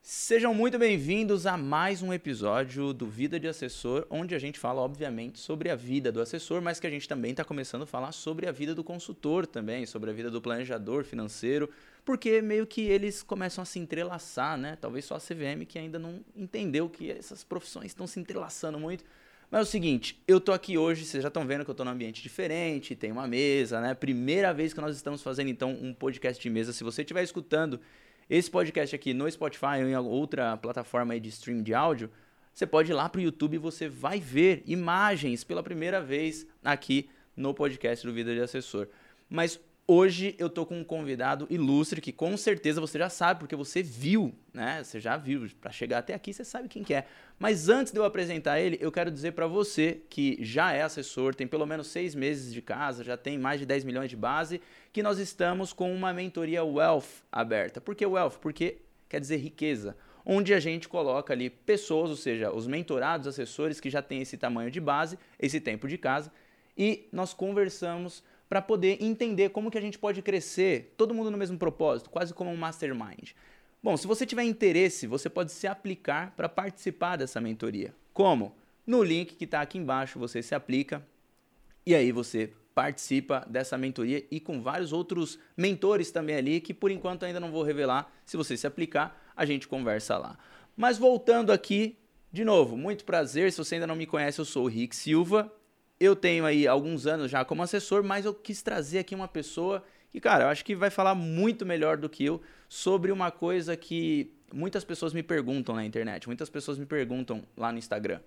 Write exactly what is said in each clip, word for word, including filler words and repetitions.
Sejam muito bem-vindos a mais um episódio do Vida de Assessor, onde a gente fala, obviamente, sobre a vida do assessor, mas que a gente também está começando a falar sobre a vida do consultor também, sobre a vida do planejador financeiro, porque meio que eles começam a se entrelaçar, né? Talvez só a C V M que ainda não entendeu que essas profissões estão se entrelaçando muito. Mas é o seguinte, eu tô aqui hoje, vocês já estão vendo que eu tô num ambiente diferente, tem uma mesa, né? Primeira vez que nós estamos fazendo, então, um podcast de mesa. Se você estiver escutando esse podcast aqui no Spotify ou em outra plataforma aí de stream de áudio, você pode ir lá pro YouTube e você vai ver imagens pela primeira vez aqui no podcast do Vida de Assessor. Mas hoje eu tô com um convidado ilustre que com certeza você já sabe, porque você viu, né? Você já viu. Para chegar até aqui, você sabe quem que é. Mas antes de eu apresentar ele, eu quero dizer para você que já é assessor, tem pelo menos seis meses de casa, já tem mais de dez milhões de base, que nós estamos com uma mentoria Wealth aberta. Por que Wealth? Porque quer dizer riqueza. Onde a gente coloca ali pessoas, ou seja, os mentorados, assessores que já têm esse tamanho de base, esse tempo de casa, e nós conversamos para poder entender como que a gente pode crescer, todo mundo no mesmo propósito, quase como um mastermind. Bom, se você tiver interesse, você pode se aplicar para participar dessa mentoria. Como? No link que está aqui embaixo, você se aplica e aí você participa dessa mentoria e com vários outros mentores também ali, que por enquanto ainda não vou revelar. Se você se aplicar, a gente conversa lá. Mas voltando aqui, de novo, muito prazer. Se você ainda não me conhece, eu sou o Rick Silva. Eu tenho aí alguns anos já como assessor, mas eu quis trazer aqui uma pessoa que, cara, eu acho que vai falar muito melhor do que eu sobre uma coisa que muitas pessoas me perguntam na internet, muitas pessoas me perguntam lá no Instagram.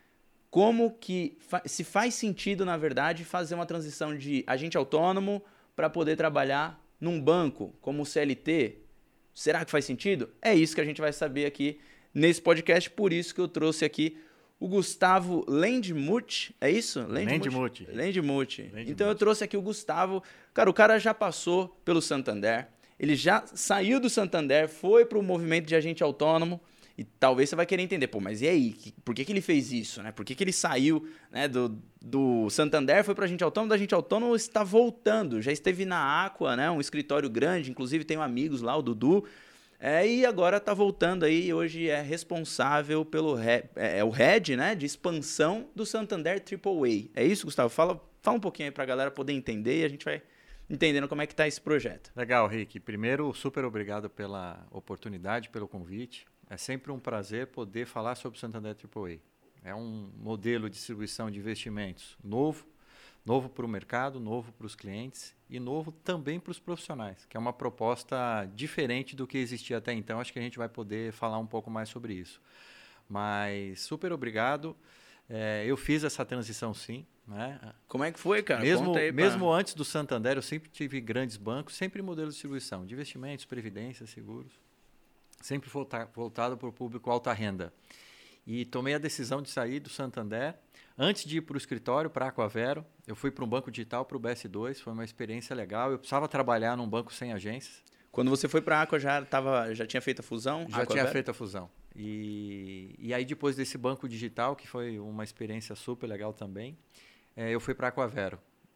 Como que fa- se faz sentido, na verdade, fazer uma transição de agente autônomo para poder trabalhar num banco como o C L T? Será que faz sentido? É isso que a gente vai saber aqui nesse podcast, por isso que eu trouxe aqui o Gustavo Lendmuth, é isso? Lendmuth. Lendmuth. Então eu trouxe aqui o Gustavo. Cara, o cara já passou pelo Santander, ele já saiu do Santander, foi para o movimento de agente autônomo, e talvez você vai querer entender, pô, mas e aí? Por que, que ele fez isso, né? Por que, que ele saiu, né, do, do Santander, foi para agente autônomo, da agente autônomo está voltando, já esteve na Aqua, né, um escritório grande, inclusive tenho amigos lá, o Dudu. É, e agora está voltando aí, hoje é responsável pelo é, é o head, né, de expansão do Santander Triple A. É isso, Gustavo? Fala, fala um pouquinho aí para a galera poder entender e a gente vai entendendo como é que está esse projeto. Legal, Rick. Primeiro, super obrigado pela oportunidade, pelo convite. É sempre um prazer poder falar sobre o Santander Triple A. É um modelo de distribuição de investimentos novo, novo para o mercado, novo para os clientes e novo também para os profissionais, que é uma proposta diferente do que existia até então. Acho que a gente vai poder falar um pouco mais sobre isso. Mas super obrigado. É, eu fiz essa transição sim. Né? Como é que foi, cara? Mesmo, Conta aí pra... mesmo antes do Santander, eu sempre tive grandes bancos, sempre modelo de distribuição, de investimentos, previdência, seguros, sempre voltado para o público alta renda. E tomei a decisão de sair do Santander. Antes de ir para o escritório, para a Aquavero, eu fui para um banco digital, para o B S dois, foi uma experiência legal. Eu precisava trabalhar num banco sem agências. Quando você foi para a Aqua, já, tava, já tinha feito a fusão? Já tinha feito a fusão. E, e aí, depois desse banco digital, que foi uma experiência super legal também, é, eu fui para a Aquavero.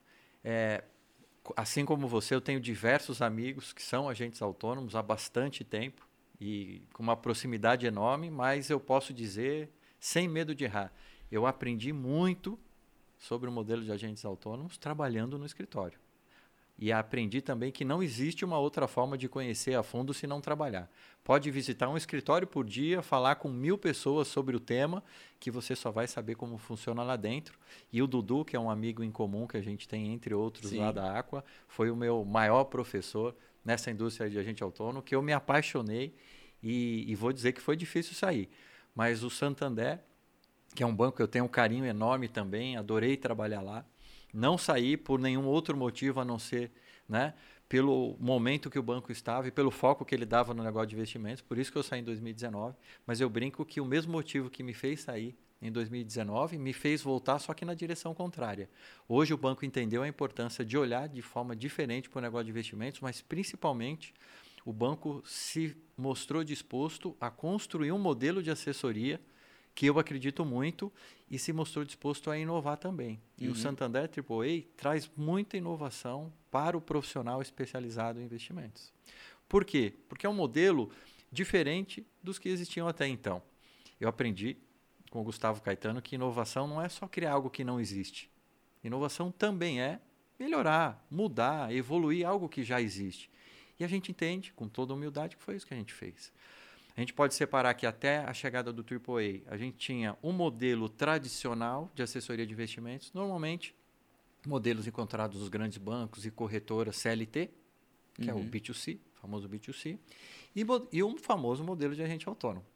É, assim como você, eu tenho diversos amigos que são agentes autônomos há bastante tempo e com uma proximidade enorme, mas eu posso dizer, sem medo de errar, eu aprendi muito sobre o modelo de agentes autônomos trabalhando no escritório. E aprendi também que não existe uma outra forma de conhecer a fundo se não trabalhar. Pode visitar um escritório por dia, falar com mil pessoas sobre o tema, que você só vai saber como funciona lá dentro. E o Dudu, que é um amigo em comum que a gente tem, entre outros, Sim. lá da Aqua, foi o meu maior professor nessa indústria de agente autônomo, que eu me apaixonei e, e vou dizer que foi difícil sair. Mas o Santander, que é um banco que eu tenho um carinho enorme também, adorei trabalhar lá. Não saí por nenhum outro motivo a não ser, né, pelo momento que o banco estava e pelo foco que ele dava no negócio de investimentos. Por isso que eu saí em dois mil e dezenove. Mas eu brinco que o mesmo motivo que me fez sair em dois mil e dezenove me fez voltar, só que na direção contrária. Hoje o banco entendeu a importância de olhar de forma diferente para o negócio de investimentos, mas principalmente o banco se mostrou disposto a construir um modelo de assessoria que eu acredito muito e se mostrou disposto a inovar também. E uhum. o Santander Triple A traz muita inovação para o profissional especializado em investimentos. Por quê? Porque é um modelo diferente dos que existiam até então. Eu aprendi com o Gustavo Caetano que inovação não é só criar algo que não existe. Inovação também é melhorar, mudar, evoluir algo que já existe. E a gente entende, com toda humildade, que foi isso que a gente fez. A gente pode separar que até a chegada do triplo A, a gente tinha um modelo tradicional de assessoria de investimentos, normalmente modelos encontrados nos grandes bancos e corretoras C L T, que uhum. é o B dois C, famoso B dois C, e, e um famoso modelo de agente autônomo,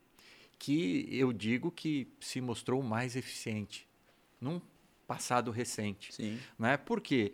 que eu digo que se mostrou mais eficiente num passado recente. Sim. Né? Por quê?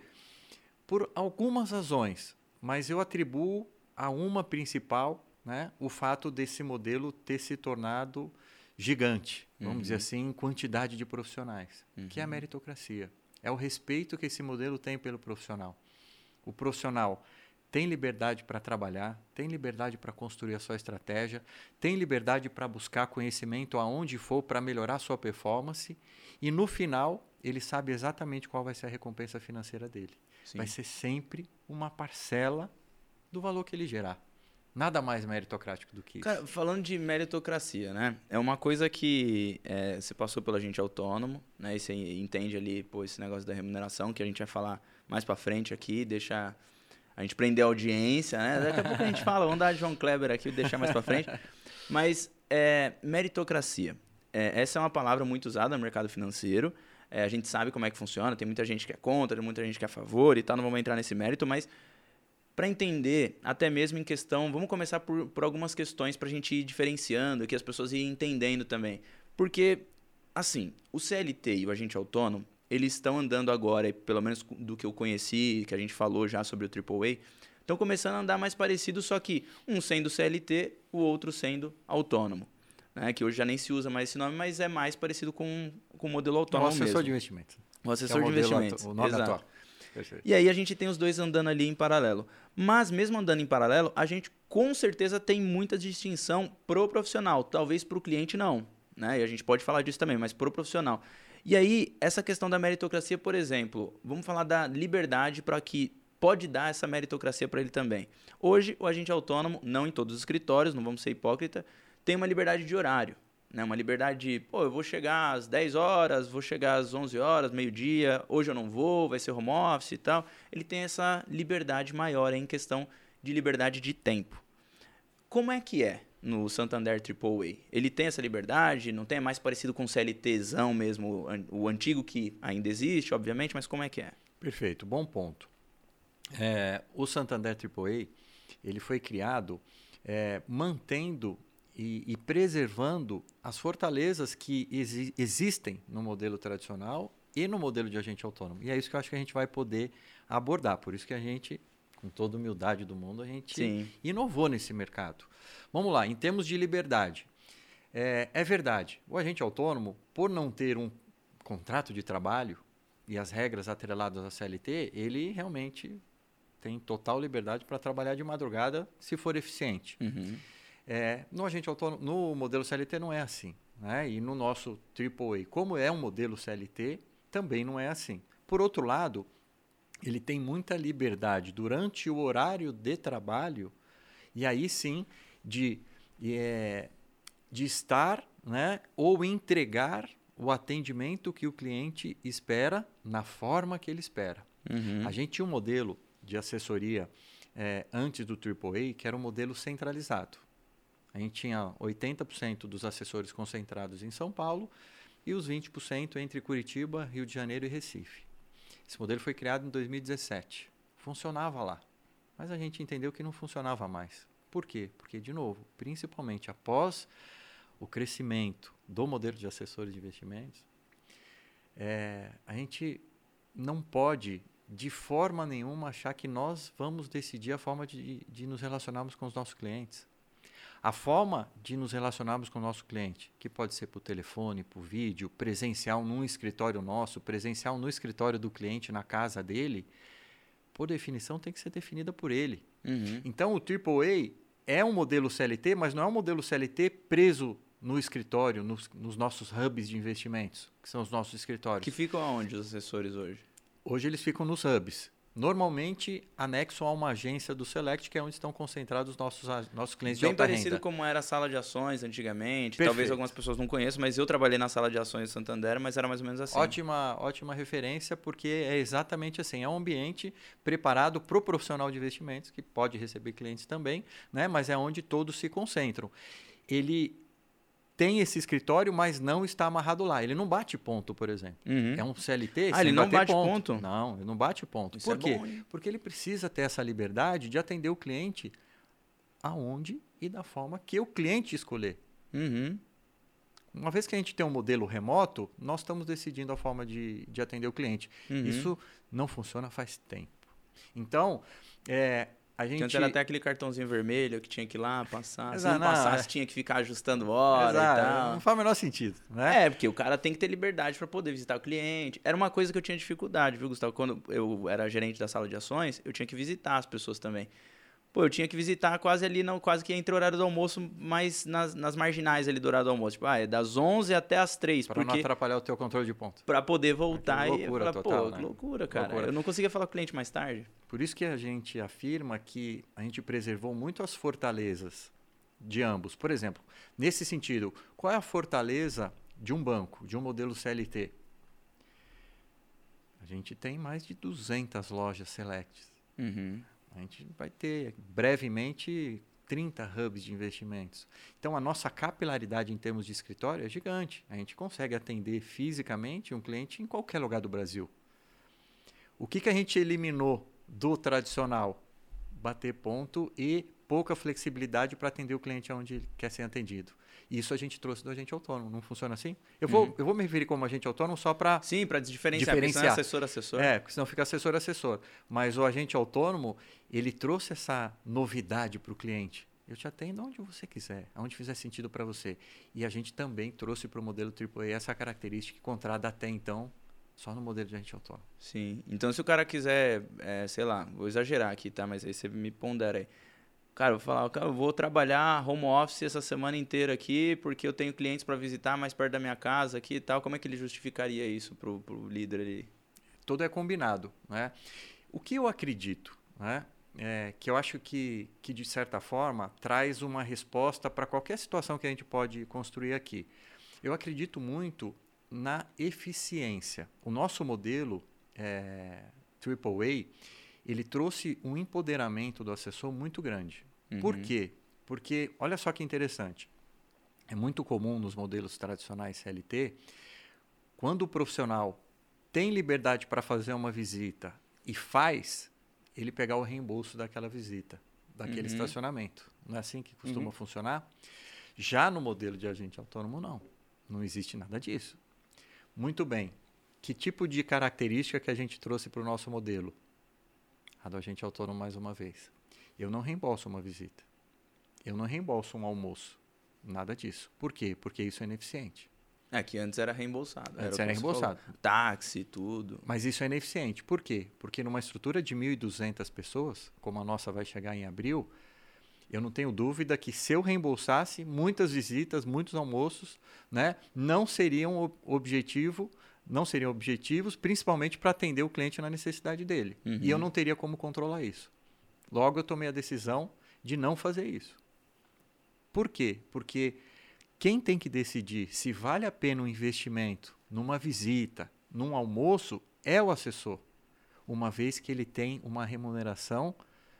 Por algumas razões, mas eu atribuo a uma principal, né, o fato desse modelo ter se tornado gigante, vamos uhum. dizer assim, em quantidade de profissionais, uhum. que é a meritocracia. É o respeito que esse modelo tem pelo profissional. O profissional tem liberdade para trabalhar, tem liberdade para construir a sua estratégia, tem liberdade para buscar conhecimento aonde for para melhorar a sua performance e, no final, ele sabe exatamente qual vai ser a recompensa financeira dele. Sim. Vai ser sempre uma parcela do valor que ele gerar. Nada mais meritocrático do que isso. Cara, falando de meritocracia, né? É uma coisa que é, você passou pelo agente autônomo, né? E você entende ali, pô, esse negócio da remuneração, que a gente vai falar mais pra frente aqui, deixa a gente prender a audiência, né? Daqui a pouco a gente fala, vamos dar de João Kleber aqui e deixar mais pra frente. Mas é, meritocracia. É, essa é uma palavra muito usada no mercado financeiro. É, a gente sabe como é que funciona, tem muita gente que é contra, tem muita gente que é a favor e tal, não vamos entrar nesse mérito, mas para entender, até mesmo em questão, vamos começar por, por algumas questões para a gente ir diferenciando, que as pessoas irem entendendo também. Porque, assim, o C L T e o agente autônomo, eles estão andando agora, pelo menos do que eu conheci, que a gente falou já sobre o triplo A, estão começando a andar mais parecidos, só que um sendo C L T, o outro sendo autônomo. Né? Que hoje já nem se usa mais esse nome, mas é mais parecido com, com o modelo autônomo mesmo. O assessor de investimentos. O assessor é o de investimentos. O nome Exato. atual. Perfeito. E aí a gente tem os dois andando ali em paralelo. Mas mesmo andando em paralelo, a gente com certeza tem muita distinção pro profissional. Talvez pro cliente não, né? E a gente pode falar disso também, mas pro profissional. E aí, essa questão da meritocracia, por exemplo, vamos falar da liberdade para que pode dar essa meritocracia para ele também. Hoje, o agente autônomo, não em todos os escritórios, não vamos ser hipócrita, tem uma liberdade de horário. Né, uma liberdade de, pô, eu vou chegar às dez horas, vou chegar às onze horas, meio-dia, hoje eu não vou, vai ser home office e tal. Ele tem essa liberdade maior em questão de liberdade de tempo. Como é que é no Santander triplo A? Ele tem essa liberdade? Não tem? É mais parecido com o CLTzão mesmo, o antigo que ainda existe, obviamente, mas como é que é? Perfeito, bom ponto. É, o Santander triplo A, ele foi criado é, mantendo E, e preservando as fortalezas que exi- existem no modelo tradicional e no modelo de agente autônomo. E é isso que eu acho que a gente vai poder abordar. Por isso que a gente, com toda a humildade do mundo, a gente Sim. inovou nesse mercado. Vamos lá, em termos de liberdade. É, é verdade, o agente autônomo, por não ter um contrato de trabalho e as regras atreladas à C L T, ele realmente tem total liberdade para trabalhar de madrugada se for eficiente. Uhum. É, no agente autônomo, no modelo C L T não é assim, né? E no nosso triplo A, como é um modelo C L T, também não é assim. Por outro lado, ele tem muita liberdade durante o horário de trabalho e aí sim de, é, de estar, né, ou entregar o atendimento que o cliente espera na forma que ele espera. Uhum. A gente tinha um modelo de assessoria é, antes do triplo A que era um modelo centralizado. A gente tinha oitenta por cento dos assessores concentrados em São Paulo e os vinte por cento entre Curitiba, Rio de Janeiro e Recife. Esse modelo foi criado em dois mil e dezessete. Funcionava lá, mas a gente entendeu que não funcionava mais. Por quê? Porque, de novo, principalmente após o crescimento do modelo de assessores de investimentos, é, a gente não pode, de forma nenhuma, achar que nós vamos decidir a forma de, de nos relacionarmos com os nossos clientes. A forma de nos relacionarmos com o nosso cliente, que pode ser por telefone, por vídeo, presencial num escritório nosso, presencial no escritório do cliente, na casa dele, por definição tem que ser definida por ele. Uhum. Então o triplo A é um modelo C L T, mas não é um modelo C L T preso no escritório, nos, nos nossos hubs de investimentos, que são os nossos escritórios. Que ficam aonde os assessores hoje? Hoje eles ficam nos hubs. Normalmente anexo a uma agência do Select, que é onde estão concentrados os nossos, nossos clientes Bem de alta parecido renda. como era a sala de ações antigamente. Perfeito. Talvez algumas pessoas não conheçam, mas eu trabalhei na sala de ações do Santander, mas era mais ou menos assim. Ótima, ótima referência, porque é exatamente assim. É um ambiente preparado para o profissional de investimentos, que pode receber clientes também, né? Mas é onde todos se concentram. Ele tem esse escritório, mas não está amarrado lá. Ele não bate ponto, por exemplo. Uhum. É um C L T Ah, sem ele não bater bate ponto. ponto? Não, ele não bate ponto. Isso Por é quê? bom, hein? Porque ele precisa ter essa liberdade de atender o cliente aonde e da forma que o cliente escolher. Uhum. Uma vez que a gente tem um modelo remoto, nós estamos decidindo a forma de, de atender o cliente. Uhum. Isso não funciona faz tempo. Então, é, a gente... Antes era até aquele cartãozinho vermelho que tinha que ir lá passar. Se Exato, não passasse, é. tinha que ficar ajustando hora Exato, e tal. não faz o menor sentido, né? É, porque o cara tem que ter liberdade para poder visitar o cliente. Era uma coisa que eu tinha dificuldade, viu, Gustavo? Quando eu era gerente da sala de ações, eu tinha que visitar as pessoas também. Pô, eu tinha que visitar quase ali, não, quase que entre o horário do almoço, mas nas, nas marginais ali do horário do almoço. Tipo, ah, é das onze até as três. Para porque... não atrapalhar o teu controle de ponto. Pra poder voltar Ah, que loucura e falar, total, pô, né? que loucura, cara. Loucura. Eu não conseguia falar com o cliente mais tarde. Por isso que a gente afirma que a gente preservou muito as fortalezas de ambos. Por exemplo, nesse sentido, qual é a fortaleza de um banco, de um modelo C L T? A gente tem mais de duzentas lojas Selects. Uhum. A gente vai ter brevemente trinta hubs de investimentos. Então, a nossa capilaridade em termos de escritório é gigante. A gente consegue atender fisicamente um cliente em qualquer lugar do Brasil. O que, que a gente eliminou do tradicional? Bater ponto e pouca flexibilidade para atender o cliente onde ele quer ser atendido. Isso a gente trouxe do agente autônomo. Não funciona assim? Eu vou, uhum. eu vou me referir como agente autônomo só para Sim, para diferenciar. diferenciar. É assessor-assessor. É, porque senão fica assessor-assessor. Mas o agente autônomo, ele trouxe essa novidade para o cliente. Eu te atendo onde você quiser, onde fizer sentido para você. E a gente também trouxe para o modelo triplo A essa característica encontrada até então só no modelo de agente autônomo. Sim. Então, se o cara quiser, é, sei lá, vou exagerar aqui, tá? Mas aí você me pondera aí. Cara, eu vou falar, cara, eu vou trabalhar home office essa semana inteira aqui porque eu tenho clientes para visitar mais perto da minha casa aqui e tal. Como é que ele justificaria isso pro, pro líder ali? Tudo é combinado, né? O que eu acredito, né? É, que eu acho que, que, de certa forma, traz uma resposta para qualquer situação que a gente pode construir aqui. Eu acredito muito na eficiência. O nosso modelo é, triplo A, ele trouxe um empoderamento do assessor muito grande. Uhum. Por quê? Porque, olha só que interessante, é muito comum nos modelos tradicionais C L T, quando o profissional tem liberdade para fazer uma visita e faz, ele pegar o reembolso daquela visita, daquele uhum. estacionamento. Não é assim que costuma uhum. funcionar? Já no modelo de agente autônomo, não. Não existe nada disso. Muito bem. Que tipo de característica que a gente trouxe para o nosso modelo? A do agente autônomo, mais uma vez. Eu não reembolso uma visita. Eu não reembolso um almoço. Nada disso. Por quê? Porque isso é ineficiente. É que antes era reembolsado. Antes era, era reembolsado. Táxi, tudo. Mas isso é ineficiente. Por quê? Porque numa estrutura de mil e duzentas pessoas, como a nossa vai chegar em abril, eu não tenho dúvida que se eu reembolsasse, muitas visitas, muitos almoços, né, não seriam objetivo, não seriam objetivos, principalmente para atender o cliente na necessidade dele. Uhum. E eu não teria como controlar isso. Logo, eu tomei a decisão de não fazer isso. Por quê? Porque quem tem que decidir se vale a pena um investimento numa visita, num almoço, é o assessor. Uma vez que ele tem uma remuneração,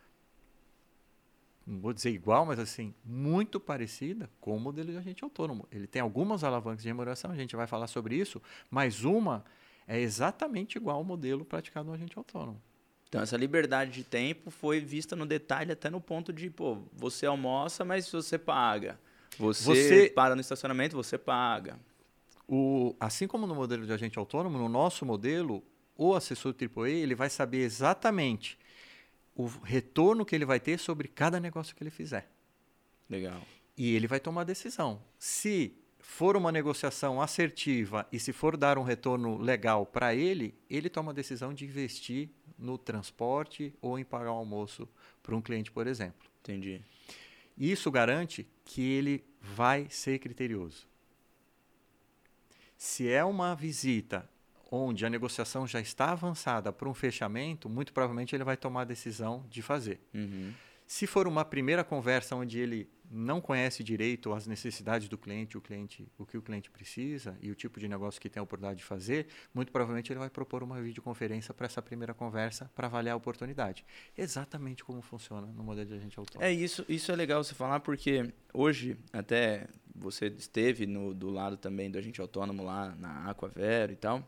não vou dizer igual, mas assim, muito parecida com o modelo de agente autônomo. Ele tem algumas alavancas de remuneração, a gente vai falar sobre isso, mas uma é exatamente igual ao modelo praticado no agente autônomo. Então, essa liberdade de tempo foi vista no detalhe até no ponto de, pô, você almoça, mas você paga. Você, você para no estacionamento, você paga. O, assim como no modelo de agente autônomo, no nosso modelo, o assessor triplo A ele vai saber exatamente o retorno que ele vai ter sobre cada negócio que ele fizer. Legal. E ele vai tomar a decisão. Se for uma negociação assertiva e se for dar um retorno legal para ele, ele toma a decisão de investir no transporte ou em pagar o almoço para um cliente, por exemplo. Entendi. Isso garante que ele vai ser criterioso. Se é uma visita onde a negociação já está avançada para um fechamento, muito provavelmente ele vai tomar a decisão de fazer. Uhum. Se for uma primeira conversa onde ele não conhece direito as necessidades do cliente, o cliente, o que o cliente precisa e o tipo de negócio que tem a oportunidade de fazer, muito provavelmente ele vai propor uma videoconferência para essa primeira conversa para avaliar a oportunidade. Exatamente como funciona no modelo de agente autônomo. É, isso, isso é legal você falar, porque hoje, até você esteve no, do lado também do agente autônomo lá na Aquavero e tal,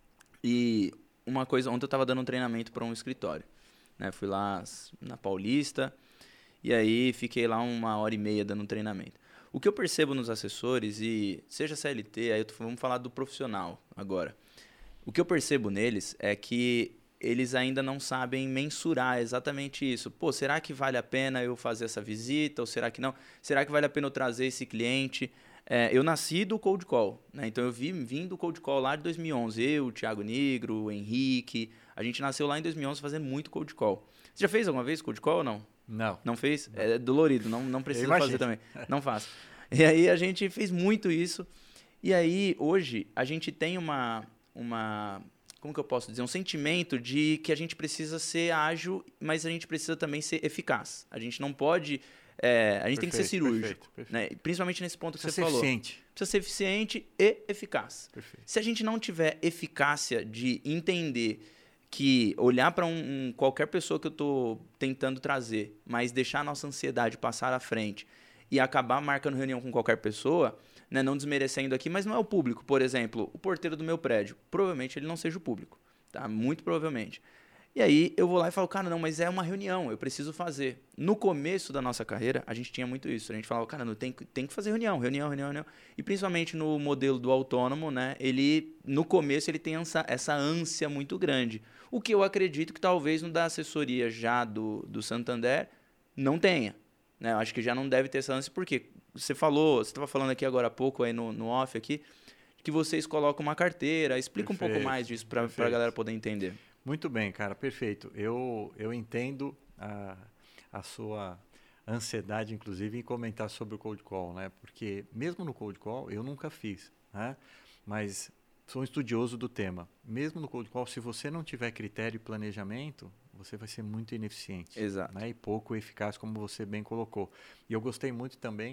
e uma coisa, ontem eu estava dando um treinamento para um escritório, né? Fui lá na Paulista, e aí fiquei lá uma hora e meia dando um treinamento. O que eu percebo nos assessores, e seja C L T, aí eu tô, vamos falar do profissional agora. O que eu percebo neles é que eles ainda não sabem mensurar exatamente isso. Pô, será que vale a pena eu fazer essa visita ou será que não? Será que vale a pena eu trazer esse cliente? É, eu nasci do Cold Call, né? Então eu vim, vim do Cold Call lá de dois mil e onze. Eu, o Thiago Nigro, o Henrique, a gente nasceu lá em dois mil e onze fazendo muito Cold Call. Você já fez alguma vez Cold Call ou não? Não. Não fez? Não. É dolorido, não, não precisa Imagino. fazer também. Não faça. E aí a gente fez muito isso. E aí hoje a gente tem uma, uma, como que eu posso dizer? Um sentimento de que a gente precisa ser ágil, mas a gente precisa também ser eficaz. A gente não pode... É, a gente perfeito, tem que ser cirúrgico, perfeito, perfeito. Né? Principalmente nesse ponto que precisa você ser falou. Eficiente. Precisa ser eficiente e eficaz. Perfeito. Se a gente não tiver eficácia de entender que olhar para um, um, qualquer pessoa que eu estou tentando trazer, mas deixar a nossa ansiedade passar à frente e acabar marcando reunião com qualquer pessoa, né, não desmerecendo aqui, mas não é o público. Por exemplo, o porteiro do meu prédio, provavelmente ele não seja o público, tá? Muito provavelmente. E aí eu vou lá e falo, cara, não, mas é uma reunião, eu preciso fazer. No começo da nossa carreira, a gente tinha muito isso. A gente falava, cara, não, tem, tem que fazer reunião, reunião, reunião, reunião. E principalmente no modelo do autônomo, né? Ele, no começo, ele tem essa, essa ânsia muito grande. O que eu acredito que talvez no da assessoria já do, do Santander não tenha. Né? Eu acho que já não deve ter essa ânsia, porque você falou, você estava falando aqui agora há pouco, aí no, no off aqui, que vocês colocam uma carteira. Explica perfeito, um pouco mais disso para a galera poder entender. Muito bem, cara, perfeito. Eu, eu entendo a, a sua ansiedade, inclusive, em comentar sobre o Cold Call, né? Porque mesmo no Cold Call, eu nunca fiz, né? Mas sou um estudioso do tema. Mesmo no Cold Call, se você não tiver critério e planejamento, você vai ser muito ineficiente. Exato. Né? E pouco eficaz, como você bem colocou. E eu gostei muito também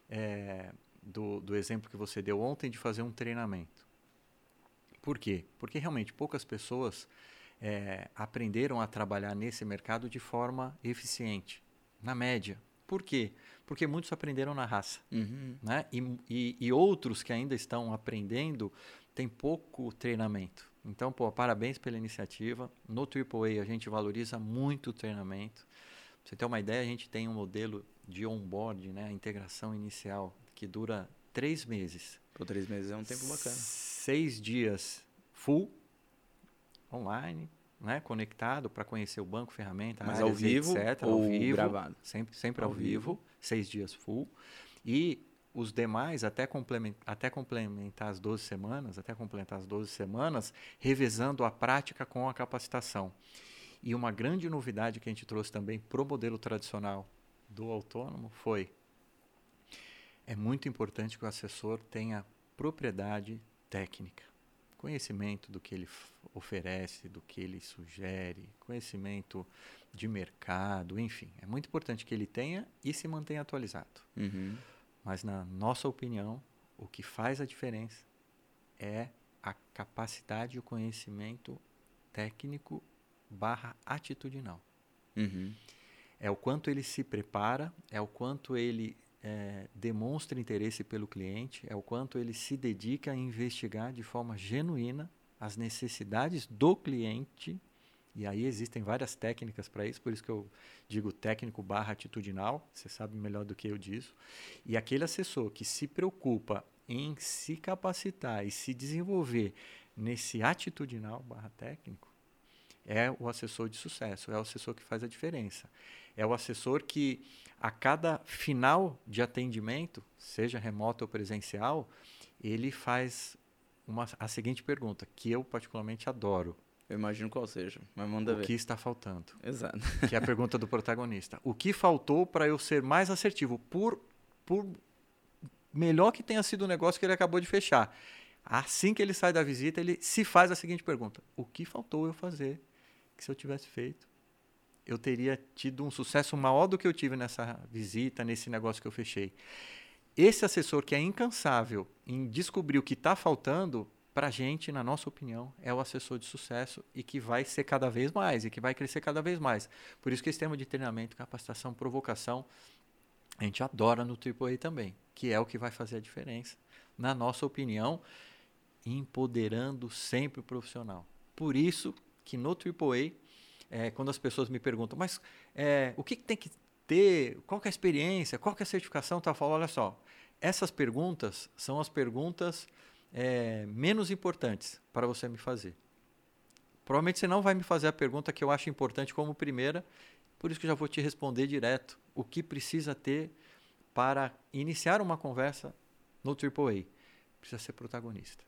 é, do, do exemplo que você deu ontem de fazer um treinamento. Por quê? Porque realmente poucas pessoas... É, aprenderam a trabalhar nesse mercado de forma eficiente, na média. Por quê? Porque muitos aprenderam na raça. Uhum. Né? E, e, e outros que ainda estão aprendendo têm pouco treinamento. Então, pô, parabéns pela iniciativa. No Triple A a gente valoriza muito o treinamento. Pra você ter uma ideia, a gente tem um modelo de onboard, né? A integração inicial, que dura três meses. Por três meses é um tempo bacana. Seis dias full, online, né, conectado para conhecer o banco, ferramenta, mas áreas, ao vivo etcétera, ou ao vivo, gravado? Sempre, sempre ao, ao vivo, vivo, seis dias full. E os demais, até complementar, até complementar as doze semanas, até completar as doze semanas, revezando a prática com a capacitação. E uma grande novidade que a gente trouxe também para o modelo tradicional do autônomo foi: é muito importante que o assessor tenha propriedade técnica. Conhecimento do que ele oferece, do que ele sugere, conhecimento de mercado, enfim. É muito importante que ele tenha e se mantenha atualizado. Uhum. Mas, na nossa opinião, o que faz a diferença é a capacidade e o conhecimento técnico barra atitudinal. Uhum. É o quanto ele se prepara, é o quanto ele... É, demonstra interesse pelo cliente, é o quanto ele se dedica a investigar de forma genuína as necessidades do cliente, e aí existem várias técnicas para isso, por isso que eu digo técnico barra atitudinal, você sabe melhor do que eu disso, e aquele assessor que se preocupa em se capacitar e se desenvolver nesse atitudinal barra técnico, é o assessor de sucesso, é o assessor que faz a diferença. É o assessor que, a cada final de atendimento, seja remoto ou presencial, ele faz uma, a seguinte pergunta, que eu particularmente adoro. Eu imagino qual seja, mas manda ver. O que está faltando? Exato. Que é a pergunta do protagonista. O que faltou para eu ser mais assertivo? Por, por melhor que tenha sido o negócio que ele acabou de fechar. Assim que ele sai da visita, ele se faz a seguinte pergunta: o que faltou eu fazer que se eu tivesse feito, eu teria tido um sucesso maior do que eu tive nessa visita, nesse negócio que eu fechei? Esse assessor que é incansável em descobrir o que está faltando, para a gente, na nossa opinião, é o assessor de sucesso e que vai ser cada vez mais, e que vai crescer cada vez mais. Por isso que esse tema de treinamento, capacitação, provocação, a gente adora no triplo A também, que é o que vai fazer a diferença, na nossa opinião, empoderando sempre o profissional. Por isso que no triplo A, é, quando as pessoas me perguntam, mas é, o que, que tem que ter, qual que é a experiência, qual que é a certificação, tá? Eu falo, olha só, essas perguntas são as perguntas é, menos importantes para você me fazer. Provavelmente você não vai me fazer a pergunta que eu acho importante como primeira, por isso que eu já vou te responder direto. O que precisa ter para iniciar uma conversa no triplo A? Precisa ser protagonista.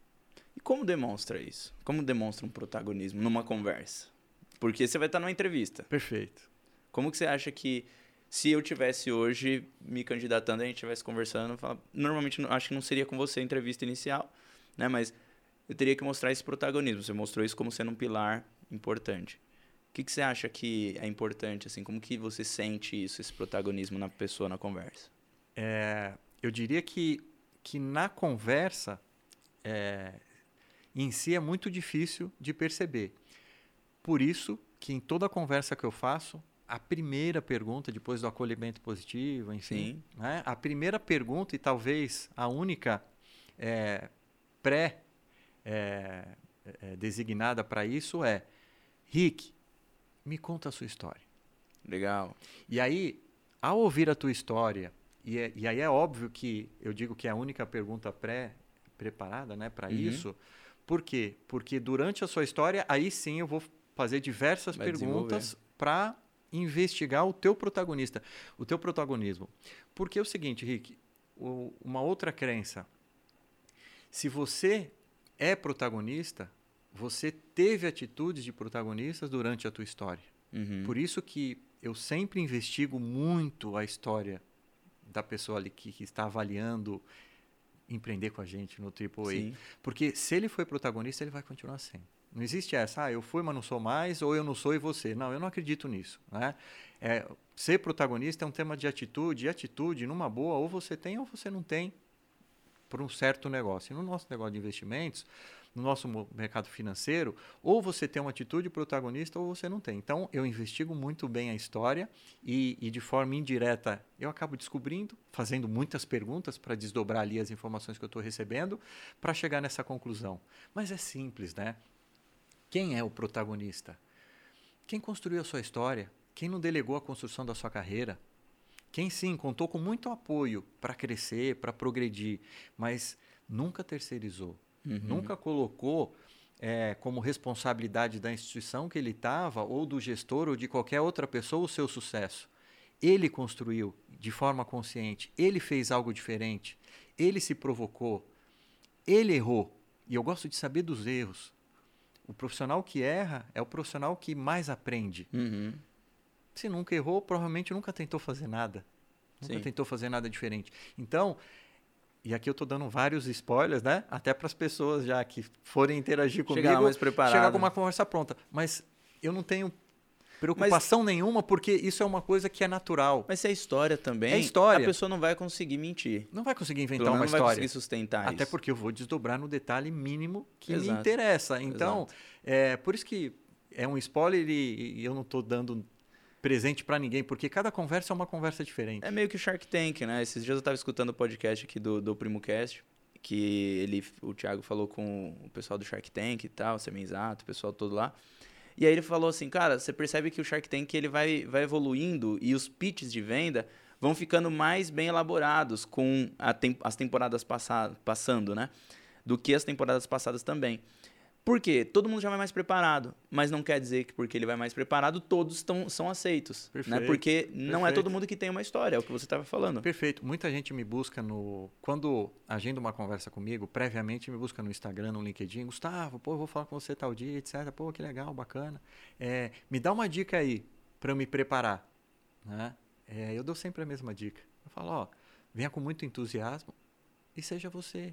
E como demonstra isso? Como demonstra um protagonismo numa conversa? Porque você vai estar numa entrevista. Perfeito. Como que você acha que, se eu tivesse hoje me candidatando, a gente estivesse conversando, fala, normalmente acho que não seria com você a entrevista inicial, né? Mas eu teria que mostrar esse protagonismo. Você mostrou isso como sendo um pilar importante. O que, que você acha que é importante, assim? Como que você sente isso, esse protagonismo na pessoa, na conversa? É, eu diria que, que na conversa, é, em si é muito difícil de perceber. Por isso que em toda conversa que eu faço, a primeira pergunta, depois do acolhimento positivo, enfim, né? A primeira pergunta e talvez a única é, pré é, é, designada para isso é: Rick, me conta a sua história. Legal. E aí, ao ouvir a tua história, e, é, e aí é óbvio que eu digo que é a única pergunta pré-preparada, né, para uhum. isso. Por quê? Porque durante a sua história, aí sim eu vou fazer diversas Vai perguntas para investigar o teu protagonista, o teu protagonismo. Porque é o seguinte, Rick, o, uma outra crença: se você é protagonista, você teve atitudes de protagonistas durante a tua história. Uhum. Por isso que eu sempre investigo muito a história da pessoa ali que, que está avaliando empreender com a gente no triplo A. Sim. Porque se ele foi protagonista, ele vai continuar sendo. Não existe essa, ah, eu fui, mas não sou mais, ou eu não sou e você. Não, eu não acredito nisso. Né? É, ser protagonista é um tema de atitude, e atitude, numa boa, ou você tem ou você não tem para um certo negócio. E no nosso negócio de investimentos, no nosso mercado financeiro, ou você tem uma atitude protagonista ou você não tem. Então, eu investigo muito bem a história e, e de forma indireta, eu acabo descobrindo, fazendo muitas perguntas para desdobrar ali as informações que eu estou recebendo, para chegar nessa conclusão. Mas é simples, né? Quem é o protagonista? Quem construiu a sua história? Quem não delegou a construção da sua carreira? Quem sim, contou com muito apoio para crescer, para progredir, mas nunca terceirizou. Uhum. Nunca colocou é, como responsabilidade da instituição que ele estava, ou do gestor, ou de qualquer outra pessoa, o seu sucesso. Ele construiu de forma consciente, ele fez algo diferente, ele se provocou, ele errou. E eu gosto de saber dos erros. O profissional que erra é o profissional que mais aprende. Uhum. Se nunca errou, provavelmente nunca tentou fazer nada. Nunca Sim. tentou fazer nada diferente. Então, e aqui eu estou dando vários spoilers, né? Até para as pessoas já que forem interagir comigo, chegar mais preparado. Chegar com uma conversa pronta. Mas eu não tenho preocupação Mas, nenhuma, porque isso é uma coisa que é natural. Mas se é história também, é história. A pessoa não vai conseguir mentir. Não vai conseguir inventar Pelo uma não história. Não vai conseguir sustentar Até isso. porque eu vou desdobrar no detalhe mínimo que Exato. me interessa. Então, Exato. é por isso que é um spoiler e, e eu não estou dando presente para ninguém, porque cada conversa é uma conversa diferente. É meio que o Shark Tank, né? Esses dias eu estava escutando o podcast aqui do, do PrimoCast, que ele, o Thiago falou com o pessoal do Shark Tank e tal, o Semenzato, o pessoal todo lá. E aí ele falou assim, cara, você percebe que o Shark Tank ele vai, vai evoluindo e os pitches de venda vão ficando mais bem elaborados com a tem, as temporadas passa, passando, né? Do que as temporadas passadas também. Por quê? Todo mundo já vai mais preparado, mas não quer dizer que porque ele vai mais preparado, todos tão, são aceitos. Perfeito, né? Porque perfeito. Não é todo mundo que tem uma história, é o que você estava falando. Perfeito. Muita gente me busca no... Quando agenda uma conversa comigo, previamente me busca no Instagram, no LinkedIn. Gustavo, pô, eu vou falar com você tal dia, etcétera. Pô, que legal, bacana. É, me dá uma dica aí para eu me preparar. Né? É, eu dou sempre a mesma dica. Eu falo, ó, venha com muito entusiasmo e seja você.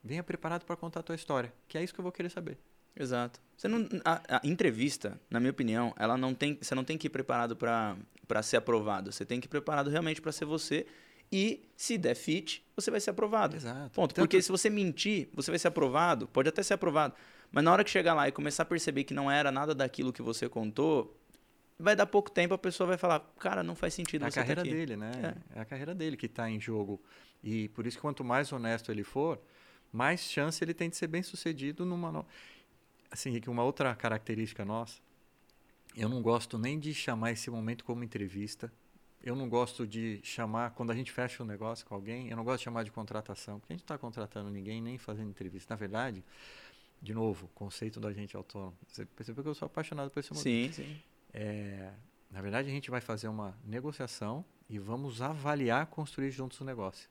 Venha preparado para contar a tua história, que é isso que eu vou querer saber. Exato. Você não, a, a entrevista, na minha opinião, ela não tem, você não tem que ir preparado para ser aprovado. Você tem que ir preparado realmente para ser você. E se der fit, você vai ser aprovado. Exato. Ponto. Tanto... Porque se você mentir, você vai ser aprovado. Pode até ser aprovado. Mas na hora que chegar lá e começar a perceber que não era nada daquilo que você contou, vai dar pouco tempo, a pessoa vai falar, cara, não faz sentido é você a carreira tá aqui. dele, né? É. é a carreira dele que está em jogo. E por isso que quanto mais honesto ele for, mais chance ele tem de ser bem sucedido numa... No... Assim, que uma outra característica nossa, eu não gosto nem de chamar esse momento como entrevista. Eu não gosto de chamar, quando a gente fecha um negócio com alguém, eu não gosto de chamar de contratação, porque a gente não está contratando ninguém, nem fazendo entrevista. Na verdade, de novo, conceito do agente autônomo. Você percebeu que eu sou apaixonado por esse modelo. Sim, sim. É, na verdade, a gente vai fazer uma negociação e vamos avaliar, construir juntos o negócio.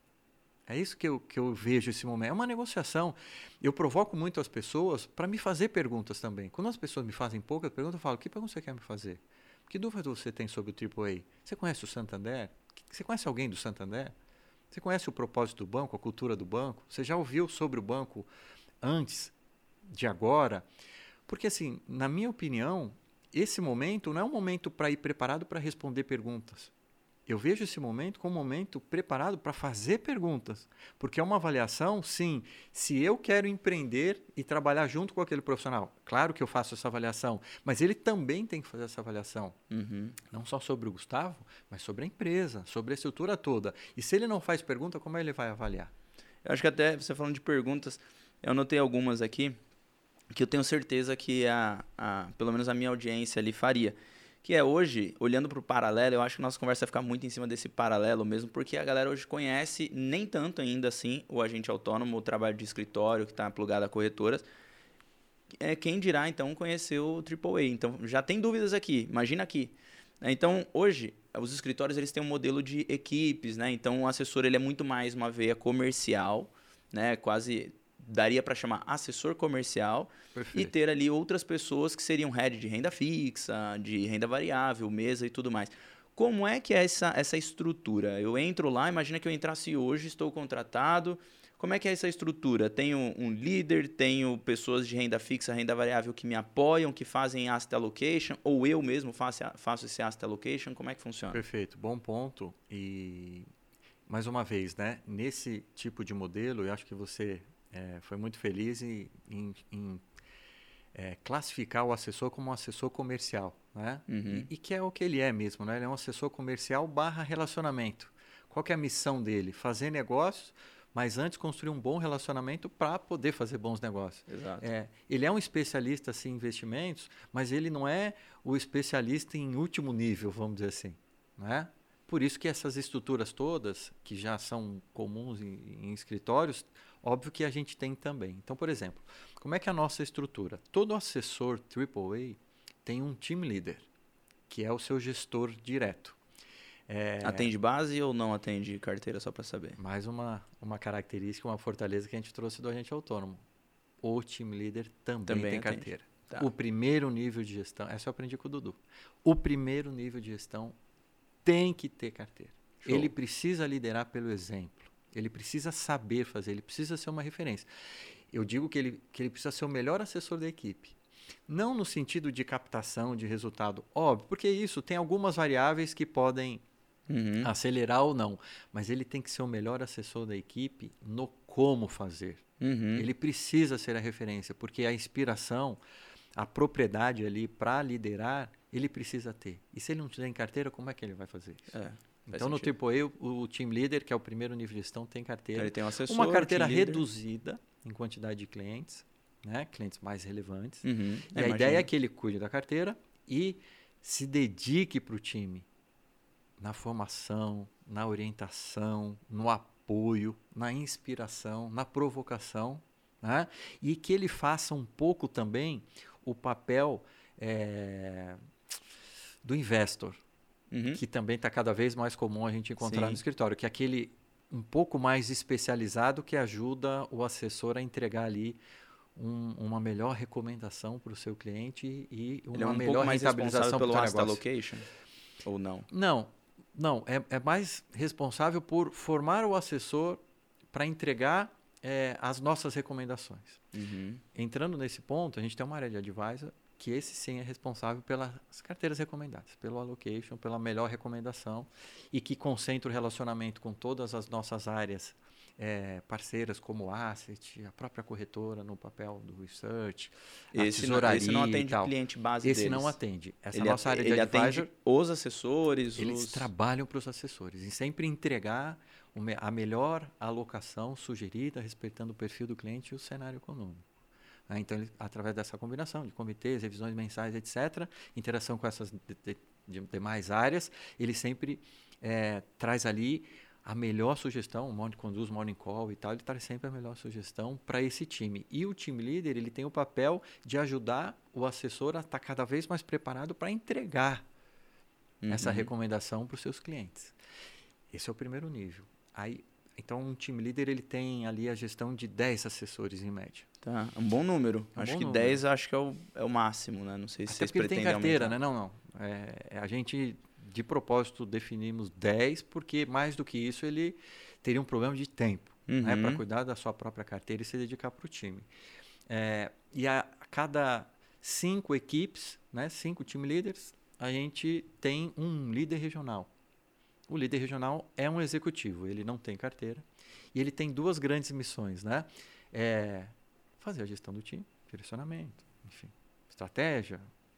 É isso que eu, que eu vejo esse momento. É uma negociação. Eu provoco muito as pessoas para me fazer perguntas também. Quando as pessoas me fazem poucas perguntas, eu falo, que pergunta você quer me fazer? Que dúvida você tem sobre o triplo A? Você conhece o Santander? Você conhece alguém do Santander? Você conhece o propósito do banco, a cultura do banco? Você já ouviu sobre o banco antes de agora? Porque, assim, na minha opinião, esse momento não é um momento para ir preparado para responder perguntas. Eu vejo esse momento como um momento preparado para fazer perguntas. Porque é uma avaliação, sim, se eu quero empreender e trabalhar junto com aquele profissional. Claro que eu faço essa avaliação, mas ele também tem que fazer essa avaliação. Uhum. Não só sobre o Gustavo, mas sobre a empresa, sobre a estrutura toda. E se ele não faz pergunta, como ele vai avaliar? Eu acho que até, você falando de perguntas, eu anotei algumas aqui que eu tenho certeza que, a, a, pelo menos a minha audiência ali faria. Que é hoje, olhando para o paralelo, eu acho que a nossa conversa vai ficar muito em cima desse paralelo mesmo, porque a galera hoje conhece nem tanto ainda assim o agente autônomo, o trabalho de escritório que está plugado a corretoras. É, quem dirá, então, conhecer o triplo A. Então, já tem dúvidas aqui, imagina aqui. Então, hoje, os escritórios eles têm um modelo de equipes, né? Então, o assessor ele é muito mais uma veia comercial, né? Quase... daria para chamar assessor comercial. Perfeito. E ter ali outras pessoas que seriam head de renda fixa, de renda variável, mesa e tudo mais. Como é que é essa, essa estrutura? Eu entro lá, imagina que eu entrasse hoje, estou contratado. Como é que é essa estrutura? Tenho um líder, tenho pessoas de renda fixa, renda variável que me apoiam, que fazem asset allocation, ou eu mesmo faço, faço esse asset allocation? Como é que funciona? Perfeito, bom ponto. E, mais uma vez, né, nesse tipo de modelo, eu acho que você... É, foi muito feliz em, em, em é, classificar o assessor como um assessor comercial, né? Uhum. E, e que é o que ele é mesmo, né? Ele é um assessor comercial barra relacionamento. Qual que é a missão dele? Fazer negócios, mas antes construir um bom relacionamento para poder fazer bons negócios. Exato. É, ele é um especialista assim, em investimentos, mas ele não é o especialista em último nível, vamos dizer assim, né? Por isso que essas estruturas todas, que já são comuns em, em escritórios, óbvio que a gente tem também. Então, por exemplo, como é que é a nossa estrutura? Todo assessor triplo A tem um team leader, que é o seu gestor direto. É... Atende base ou não atende carteira, só para saber? Mais uma, uma característica, uma fortaleza que a gente trouxe do agente autônomo. O team leader também, também tem atende. Carteira. Tá. O primeiro nível de gestão, essa eu aprendi com o Dudu. O primeiro nível de gestão tem que ter carteira. Show. Ele precisa liderar pelo exemplo. Ele precisa saber fazer, ele precisa ser uma referência. Eu digo que ele, que ele precisa ser o melhor assessor da equipe. Não no sentido de captação de resultado, óbvio, porque isso tem algumas variáveis que podem uhum. acelerar ou não. Mas ele tem que ser o melhor assessor da equipe no como fazer. Uhum. Ele precisa ser a referência, porque a inspiração, a propriedade ali para liderar, ele precisa ter. E se ele não tiver em carteira, como é que ele vai fazer isso? É. Então, no triplo A, o, o team leader, que é o primeiro nível de gestão, tem carteira. Ele tem um assessor, uma carteira reduzida em quantidade de clientes, né? Clientes mais relevantes. Uhum, e a ideia é que ele cuide da carteira e se dedique para o time na formação, na orientação, no apoio, na inspiração, na provocação, né? E que ele faça um pouco também o papel é, do investor. Uhum. Que também está cada vez mais comum a gente encontrar Sim. no escritório, que é aquele um pouco mais especializado que ajuda o assessor a entregar ali um, uma melhor recomendação para o seu cliente e uma Ele é um melhor pouco mais rentabilização pelo asset allocation? Ou não? Não, não é, é mais responsável por formar o assessor para entregar é, as nossas recomendações. Uhum. Entrando nesse ponto, a gente tem uma área de advisor que esse sim é responsável pelas carteiras recomendadas, pelo allocation, pela melhor recomendação e que concentra o relacionamento com todas as nossas áreas é, parceiras, como o Asset, a própria corretora no papel do research, a Esse, não, tesouraria esse não e atende tal. o cliente base Esse deles. não atende. Essa Ele, nossa at- área ele de advisor, atende os assessores, eles os... trabalham para os assessores e sempre entregar o me- a melhor alocação sugerida, respeitando o perfil do cliente e o cenário econômico. Ah, então, ele, através dessa combinação de comitês, revisões mensais, etcétera, interação com essas de, de, de demais áreas, ele sempre é, traz ali a melhor sugestão, o morning conduz, morning call e tal, ele traz sempre a melhor sugestão para esse time. E o team leader, ele tem o papel de ajudar o assessor a estar cada vez mais preparado para entregar uhum. essa recomendação para os seus clientes. Esse é o primeiro nível. Aí, então, um team leader ele tem ali a gestão de dez assessores em média. Tá, um bom número. Um acho bom que número. dez acho que é o, é o máximo, né? Não sei se Até vocês porque ele tem pretendem carteira, aumentar. né? Não, não. É, a gente, de propósito, definimos dez, porque mais do que isso ele teria um problema de tempo, uhum. né? Para cuidar da sua própria carteira e se dedicar para o time. É, e a, a cada cinco equipes, né? Cinco team leaders, a gente tem um líder regional. O líder regional é um executivo, ele não tem carteira e ele tem duas grandes missões, né? É fazer a gestão do time, direcionamento, enfim, estratégia,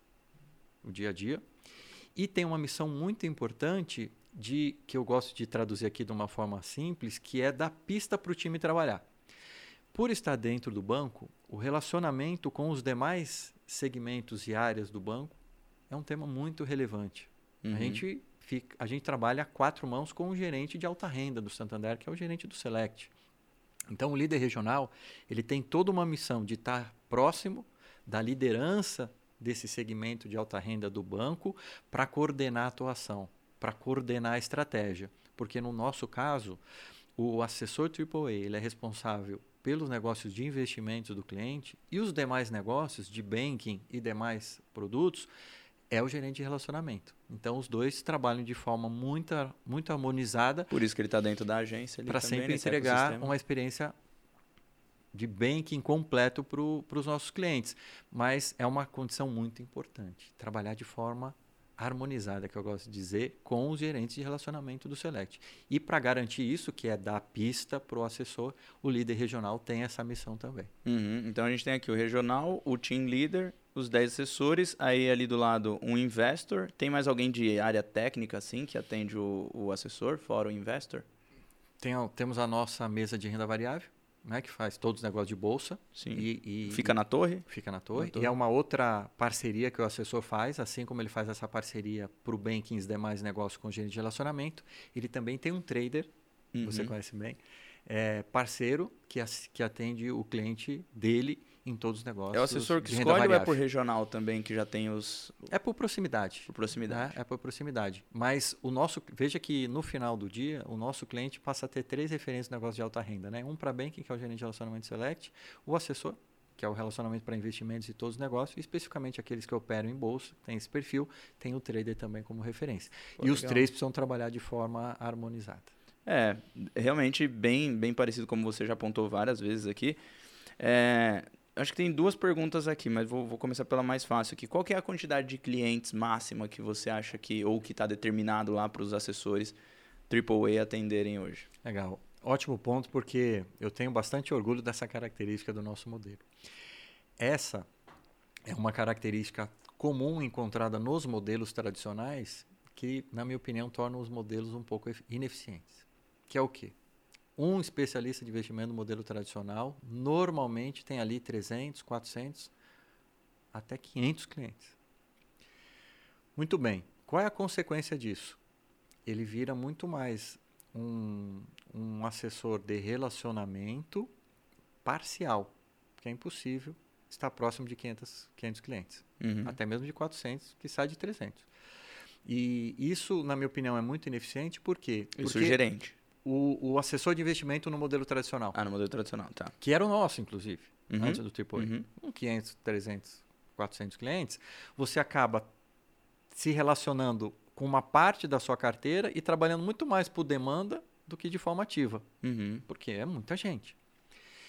o dia a dia. E tem uma missão muito importante de que eu gosto de traduzir aqui de uma forma simples, que é dar pista para o time trabalhar. Por estar dentro do banco, o relacionamento com os demais segmentos e áreas do banco é um tema muito relevante. Uhum. A gente Fica, a gente trabalha a quatro mãos com o gerente de alta renda do Santander, que é o gerente do Select. Então, o líder regional ele tem toda uma missão de estar próximo da liderança desse segmento de alta renda do banco para coordenar a atuação, para coordenar a estratégia. Porque, no nosso caso, o assessor triplo A ele é responsável pelos negócios de investimentos do cliente e os demais negócios de banking e demais produtos é o gerente de relacionamento. Então, os dois trabalham de forma muito, muito harmonizada. Por isso que ele está dentro da agência. Para sempre entregar uma experiência de banking completo para os nossos clientes. Mas é uma condição muito importante. Trabalhar de forma harmonizada, que eu gosto de dizer, com os gerentes de relacionamento do Select. E para garantir isso, que é dar pista para o assessor, o líder regional tem essa missão também. Uhum. Então, a gente tem aqui o regional, o team leader, os dez assessores, aí ali do lado um investor. Tem mais alguém de área técnica, assim, que atende o, o assessor, fora o investor? Tem, temos a nossa mesa de renda variável, né, que faz todos os negócios de bolsa. Sim. E, e, fica na torre? Fica na torre. na torre. E é uma outra parceria que o assessor faz, assim como ele faz essa parceria para o banking e os demais negócios com o gerente de relacionamento. Ele também tem um trader, uhum. você conhece bem, é, parceiro que, que atende o cliente dele em todos os negócios. É o assessor que escolhe ou é por regional também, que já tem os... É por proximidade. Por proximidade. Né? É por proximidade. Mas o nosso... Veja que no final do dia, o nosso cliente passa a ter três referências no negócio de alta renda. Né? Um para banking, que é o gerente de relacionamento Select, o assessor, que é o relacionamento para investimentos e todos os negócios, e especificamente aqueles que operam em bolsa, tem esse perfil, tem o trader também como referência. Pô, e legal. Os três precisam trabalhar de forma harmonizada. É, realmente bem, bem parecido como você já apontou várias vezes aqui. É... Acho que tem duas perguntas aqui, mas vou, vou começar pela mais fácil aqui. Qual que é a quantidade de clientes máxima que você acha que, ou que está determinado lá para os assessores triplo A atenderem hoje? Legal. Ótimo ponto, porque eu tenho bastante orgulho dessa característica do nosso modelo. Essa é uma característica comum encontrada nos modelos tradicionais que, na minha opinião, torna os modelos um pouco ineficientes. Que é o quê? Um especialista de investimento no modelo tradicional normalmente tem ali trezentos, quatrocentos, até quinhentos clientes. Muito bem. Qual é a consequência disso? Ele vira muito mais um, um assessor de relacionamento parcial, porque é impossível estar próximo de quinhentos, quinhentos clientes, uhum. até mesmo de quatrocentos, que sai de trezentos. E isso, na minha opinião, é muito ineficiente, por quê? Isso Porque gerente. O, o assessor de investimento no modelo tradicional. Ah, no modelo tradicional, tá. Que era o nosso, inclusive, uhum. antes do triplo A. Uhum. Com quinhentos, trezentos, quatrocentos clientes, você acaba se relacionando com uma parte da sua carteira e trabalhando muito mais por demanda do que de forma ativa. Uhum. Porque é muita gente.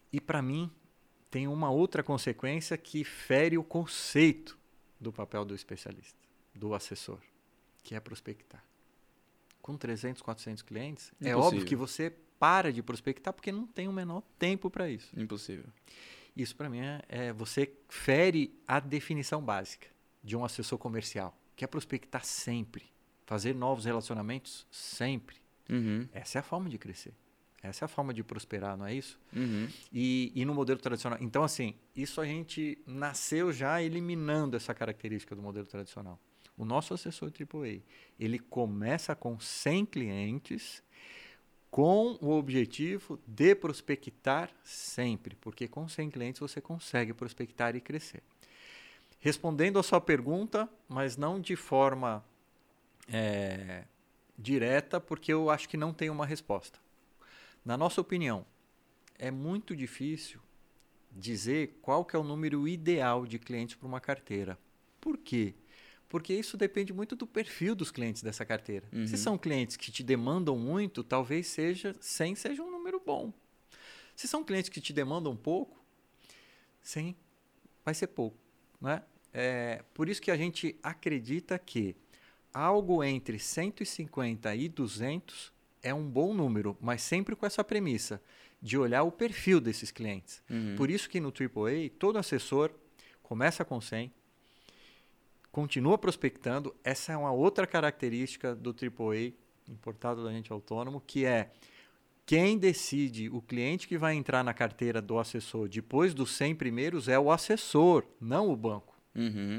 E para mim, tem uma outra consequência que fere o conceito do papel do especialista, do assessor, que é prospectar. Com trezentos, quatrocentos clientes, Impossível. é óbvio que você para de prospectar porque não tem o menor tempo para isso. Impossível. Isso, para mim, é, é você fere a definição básica de um assessor comercial, que é prospectar sempre, fazer novos relacionamentos sempre. Uhum. Essa é a forma de crescer. Essa é a forma de prosperar, não é isso? Uhum. E, e no modelo tradicional. Então, assim, isso a gente nasceu já eliminando essa característica do modelo tradicional. O nosso assessor triplo A, ele começa com cem clientes com o objetivo de prospectar sempre, porque com cem clientes você consegue prospectar e crescer. Respondendo a sua pergunta, mas não de forma é, direta, porque eu acho que não tem uma resposta. Na nossa opinião, é muito difícil dizer qual que é o número ideal de clientes para uma carteira. Por quê? Porque isso depende muito do perfil dos clientes dessa carteira. Uhum. Se são clientes que te demandam muito, talvez seja cem seja um número bom. Se são clientes que te demandam pouco, cem vai ser pouco, né? É, por isso que a gente acredita que algo entre cento e cinquenta e duzentos é um bom número, mas sempre com essa premissa de olhar o perfil desses clientes. Uhum. Por isso que no triplo A, todo assessor começa com cem, continua prospectando. Essa é uma outra característica do triplo A, importado da Agente Autônomo, que é quem decide o cliente que vai entrar na carteira do assessor depois dos cem primeiros é o assessor, não o banco. Uhum.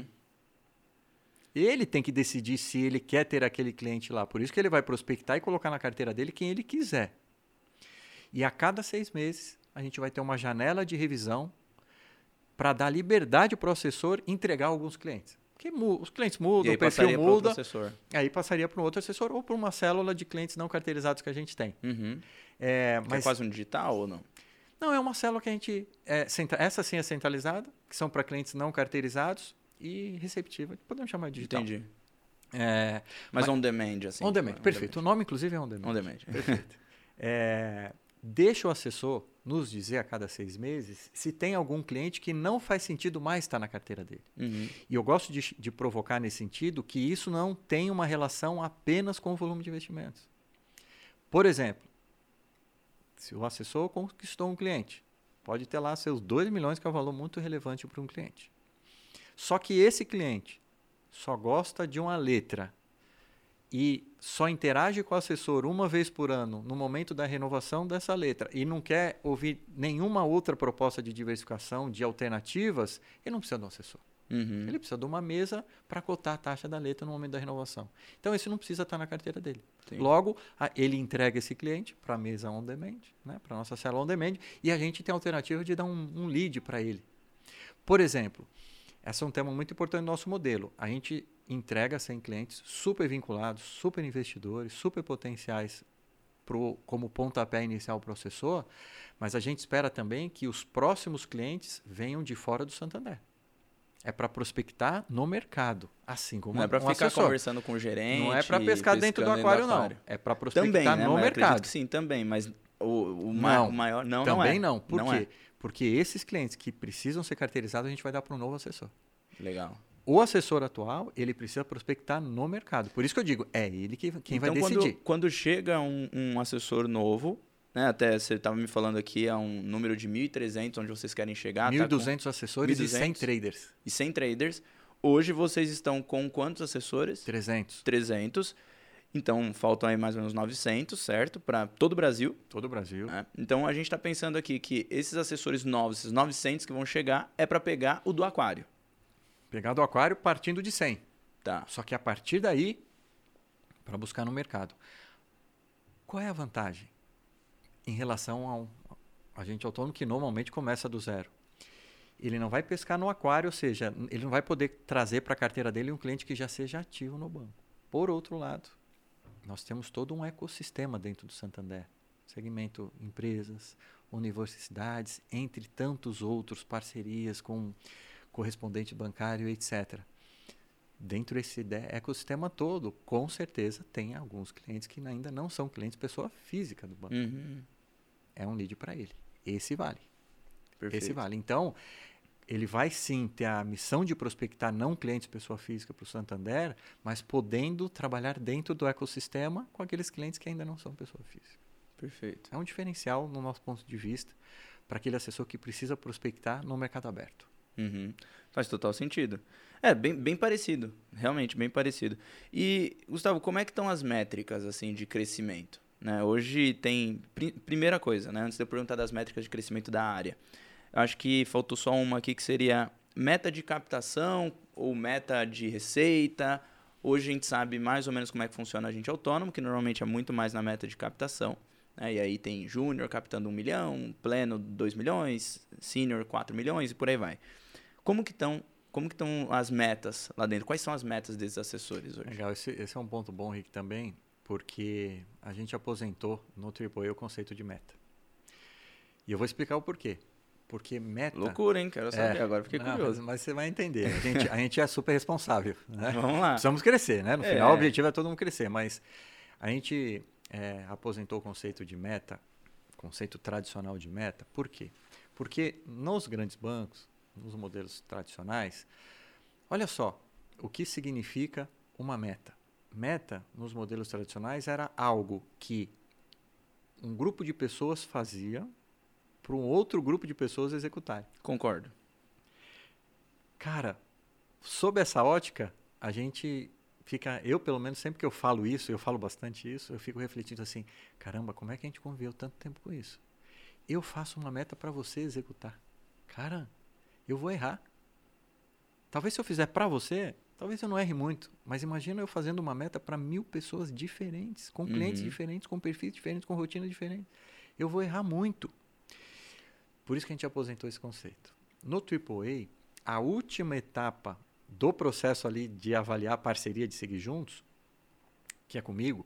Ele tem que decidir se ele quer ter aquele cliente lá. Por isso que ele vai prospectar e colocar na carteira dele quem ele quiser. E a cada seis meses, a gente vai ter uma janela de revisão para dar liberdade para o assessor entregar alguns clientes. Porque os clientes mudam, o perfil muda. Aí passaria para um outro assessor ou para uma célula de clientes não carteirizados que a gente tem. Uhum. É, mas... mas... é quase um digital ou não? Não, é uma célula que a gente... É, centra... Essa sim é centralizada, que são para clientes não carteirizados e receptiva. Podemos chamar de digital. Entendi. É, mas, mas on demand, assim. On demand, perfeito. On demand. O nome, inclusive, é on demand. On demand. Perfeito. é, deixa o assessor nos dizer a cada seis meses se tem algum cliente que não faz sentido mais estar na carteira dele. Uhum. E eu gosto de, de provocar nesse sentido que isso não tem uma relação apenas com o volume de investimentos. Por exemplo, se o assessor conquistou um cliente, pode ter lá seus dois milhões, que é um valor muito relevante para um cliente. Só que esse cliente só gosta de uma letra e só interage com o assessor uma vez por ano no momento da renovação dessa letra e não quer ouvir nenhuma outra proposta de diversificação, de alternativas, ele não precisa de um assessor. Uhum. Ele precisa de uma mesa para cotar a taxa da letra no momento da renovação. Então, esse não precisa estar na carteira dele. Sim. Logo, a, ele entrega esse cliente para a mesa on demand, né, para a nossa célula on demand, e a gente tem a alternativa de dar um, um lead para ele. Por exemplo, esse é um tema muito importante do nosso modelo. A gente entrega cem clientes super vinculados, super investidores, super potenciais pro, como pontapé inicial para o assessor, mas a gente espera também que os próximos clientes venham de fora do Santander. É para prospectar no mercado, assim como não é para um ficar assessor. Conversando com o gerente. Não é para pescar dentro do aquário, do aquário, não. É para prospectar também, né? no mas mercado. Que sim, também, mas o, o, não, o maior não, também não é. não. Por não quê? É. Porque esses clientes que precisam ser carteirizados, a gente vai dar para um novo assessor. Legal. O assessor atual, ele precisa prospectar no mercado. Por isso que eu digo, é ele que, quem então, vai decidir. Quando, quando chega um, um assessor novo, né, até você estava me falando aqui, é um número de mil e trezentos, onde vocês querem chegar. mil e duzentos tá assessores mil e duzentos? E cem traders. E cem traders. Hoje vocês estão com quantos assessores? trezentos. trezentos. Então, faltam aí mais ou menos novecentos, certo? Para todo o Brasil. Todo o Brasil. Né? Então, a gente está pensando aqui que esses assessores novos, esses novecentos que vão chegar, é para pegar o do aquário. Pegar do aquário partindo de cem. Tá. Só que a partir daí, para buscar no mercado. Qual é a vantagem em relação ao agente autônomo que normalmente começa do zero? Ele não vai pescar no aquário, ou seja, ele não vai poder trazer para a carteira dele um cliente que já seja ativo no banco. Por outro lado, nós temos todo um ecossistema dentro do Santander. Segmento empresas, universidades, entre tantos outros, parcerias com correspondente bancário, etcétera. Dentro desse ecossistema todo, com certeza, tem alguns clientes que ainda não são clientes pessoa física do banco. Uhum. É um lead para ele. Esse vale. Perfeito. Esse vale. Então, ele vai sim ter a missão de prospectar não clientes pessoa física para o Santander, mas podendo trabalhar dentro do ecossistema com aqueles clientes que ainda não são pessoa física. Perfeito. É um diferencial no nosso ponto de vista para aquele assessor que precisa prospectar no mercado aberto. Uhum. Faz total sentido. É, bem, bem parecido. Realmente, bem parecido. E, Gustavo, como é que estão as métricas assim, de crescimento? Né? Hoje tem... Pr- primeira coisa, né? Antes de eu perguntar das métricas de crescimento da área. Eu acho que faltou só uma aqui que seria meta de captação ou meta de receita. Hoje a gente sabe mais ou menos como é que funciona a agente autônomo, que normalmente é muito mais na meta de captação. Né? E aí tem júnior captando um milhão, pleno dois milhões, sênior quatro milhões e por aí vai. Como que estão como que estão as metas lá dentro? Quais são as metas desses assessores hoje? Legal, esse, esse é um ponto bom, Rick, também, porque a gente aposentou no Triple A o conceito de meta. E eu vou explicar o porquê. Porque meta... Loucura, hein? Quero saber, é, agora fiquei não, curioso. Mas, mas você vai entender. A gente, a gente é super responsável. Né? Vamos lá. Precisamos crescer, né? No É. final, o objetivo é todo mundo crescer. Mas a gente é, aposentou o conceito de meta, conceito tradicional de meta. Por quê? Porque nos grandes bancos, nos modelos tradicionais, olha só o que significa uma meta. Meta, nos modelos tradicionais, era algo que um grupo de pessoas fazia para um outro grupo de pessoas executarem. Concordo. Cara, sob essa ótica, a gente fica... Eu, pelo menos, sempre que eu falo isso, eu falo bastante isso, eu fico refletindo assim, caramba, como é que a gente conviveu tanto tempo com isso? Eu faço uma meta para você executar. Cara, eu vou errar. Talvez se eu fizer para você, talvez eu não erre muito, mas imagina eu fazendo uma meta para mil pessoas diferentes, com clientes Uhum. diferentes, com perfis diferentes, com rotinas diferentes. Eu vou errar muito. Por isso que a gente aposentou esse conceito. No Triple A, a última etapa do processo ali de avaliar a parceria de seguir juntos, que é comigo,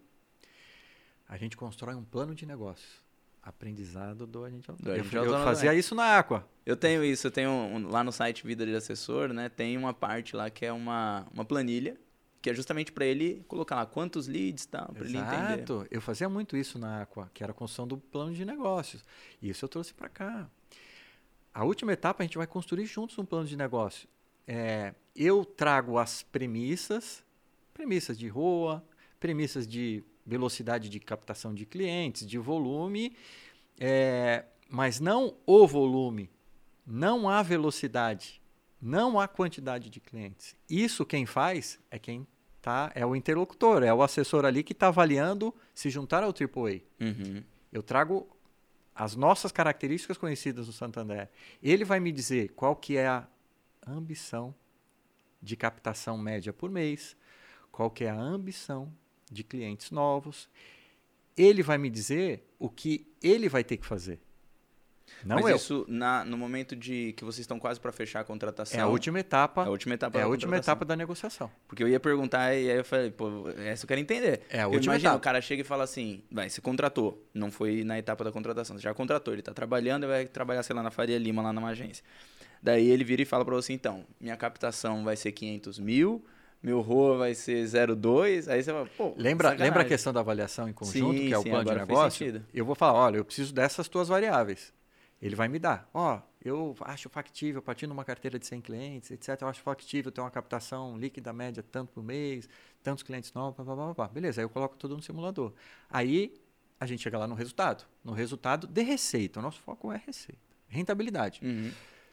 a gente constrói um plano de negócios. Aprendizado do agente autônomo. Do agente Eu, eu autônomo fazia também. isso na Aqua. Eu tenho isso, eu tenho um, lá no site Vida de Assessor, né? Tem uma parte lá que é uma, uma planilha, que é justamente para ele colocar lá quantos leads, tá, para ele entender. Exato. Eu fazia muito isso na Aqua, que era a construção do plano de negócios. E isso eu trouxe para cá. A última etapa a gente vai construir juntos um plano de negócio. É, eu trago as premissas, premissas de R O A, premissas de velocidade de captação de clientes, de volume, é, mas não o volume, não há velocidade, não há quantidade de clientes. Isso quem faz é quem tá, é o interlocutor, é o assessor ali que está avaliando se juntar ao Triple A. Uhum. Eu trago as nossas características conhecidas do Santander. Ele vai me dizer qual que é a ambição de captação média por mês, qual que é a ambição de clientes novos. Ele vai me dizer o que ele vai ter que fazer. Não Mas eu. isso na, no momento de que vocês estão quase para fechar a contratação. É a última etapa. É a última etapa É da a última contratação. etapa da negociação. Porque eu ia perguntar e aí eu falei, pô, essa eu quero entender. É a Eu última imagino, etapa. o cara chega e fala assim, vai, você contratou, não foi na etapa da contratação, você já contratou, ele tá trabalhando e vai trabalhar, sei lá, na Faria Lima, lá numa agência. Daí ele vira e fala pra você, então, minha captação vai ser quinhentos mil, meu R O A vai ser zero vírgula dois, aí você fala, pô, Lembra, sacanagem. lembra a questão da avaliação em conjunto, Sim, que é o sim, plano de agora fez negócio? sentido. Eu vou falar, olha, eu preciso dessas tuas variáveis. Ele vai me dar, ó, eu acho factível, a partir de uma carteira de cem clientes, etcétera, eu acho factível ter uma captação líquida média tanto por mês, tantos clientes novos, blá, blá, blá, blá. Beleza, aí eu coloco tudo no simulador. Aí a gente chega lá no resultado, no resultado de receita. O nosso foco é receita, rentabilidade. Uhum.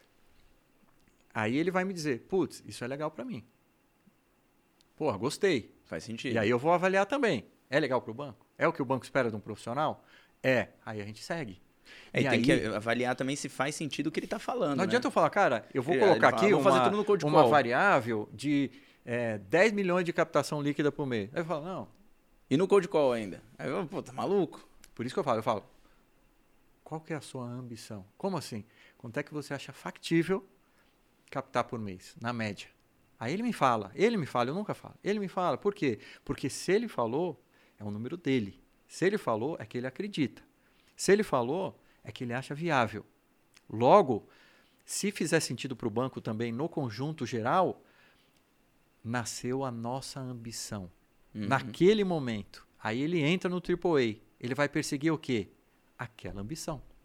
Aí ele vai me dizer, putz, isso é legal para mim. Porra, gostei. Faz sentido. E aí eu vou avaliar também. É legal para o banco? É o que o banco espera de um profissional? É. Aí a gente segue. É, e E tem aí- que avaliar também se faz sentido o que ele tá falando, Não né? adianta eu falar, cara, eu vou Ele- colocar ele fala, aqui "Vou fazer uma, tudo no cold uma call." variável de é, dez milhões de captação líquida por mês. Aí eu falo, não. E no cold call ainda. Aí eu, pô, tá maluco? Por isso que eu falo, eu falo, qual que é a sua ambição? Como assim? Quanto é que você acha factível captar por mês, na média? Aí ele me fala, ele me fala, eu nunca falo. Ele me fala, por quê? Porque se ele falou, é o número dele. Se ele falou, é que ele acredita. Se ele falou, é que ele acha viável. Logo, se fizer sentido para o banco também no conjunto geral, nasceu a nossa ambição. Uhum. Naquele momento, aí ele entra no Triple A. Ele vai perseguir o quê? Aquela ambição.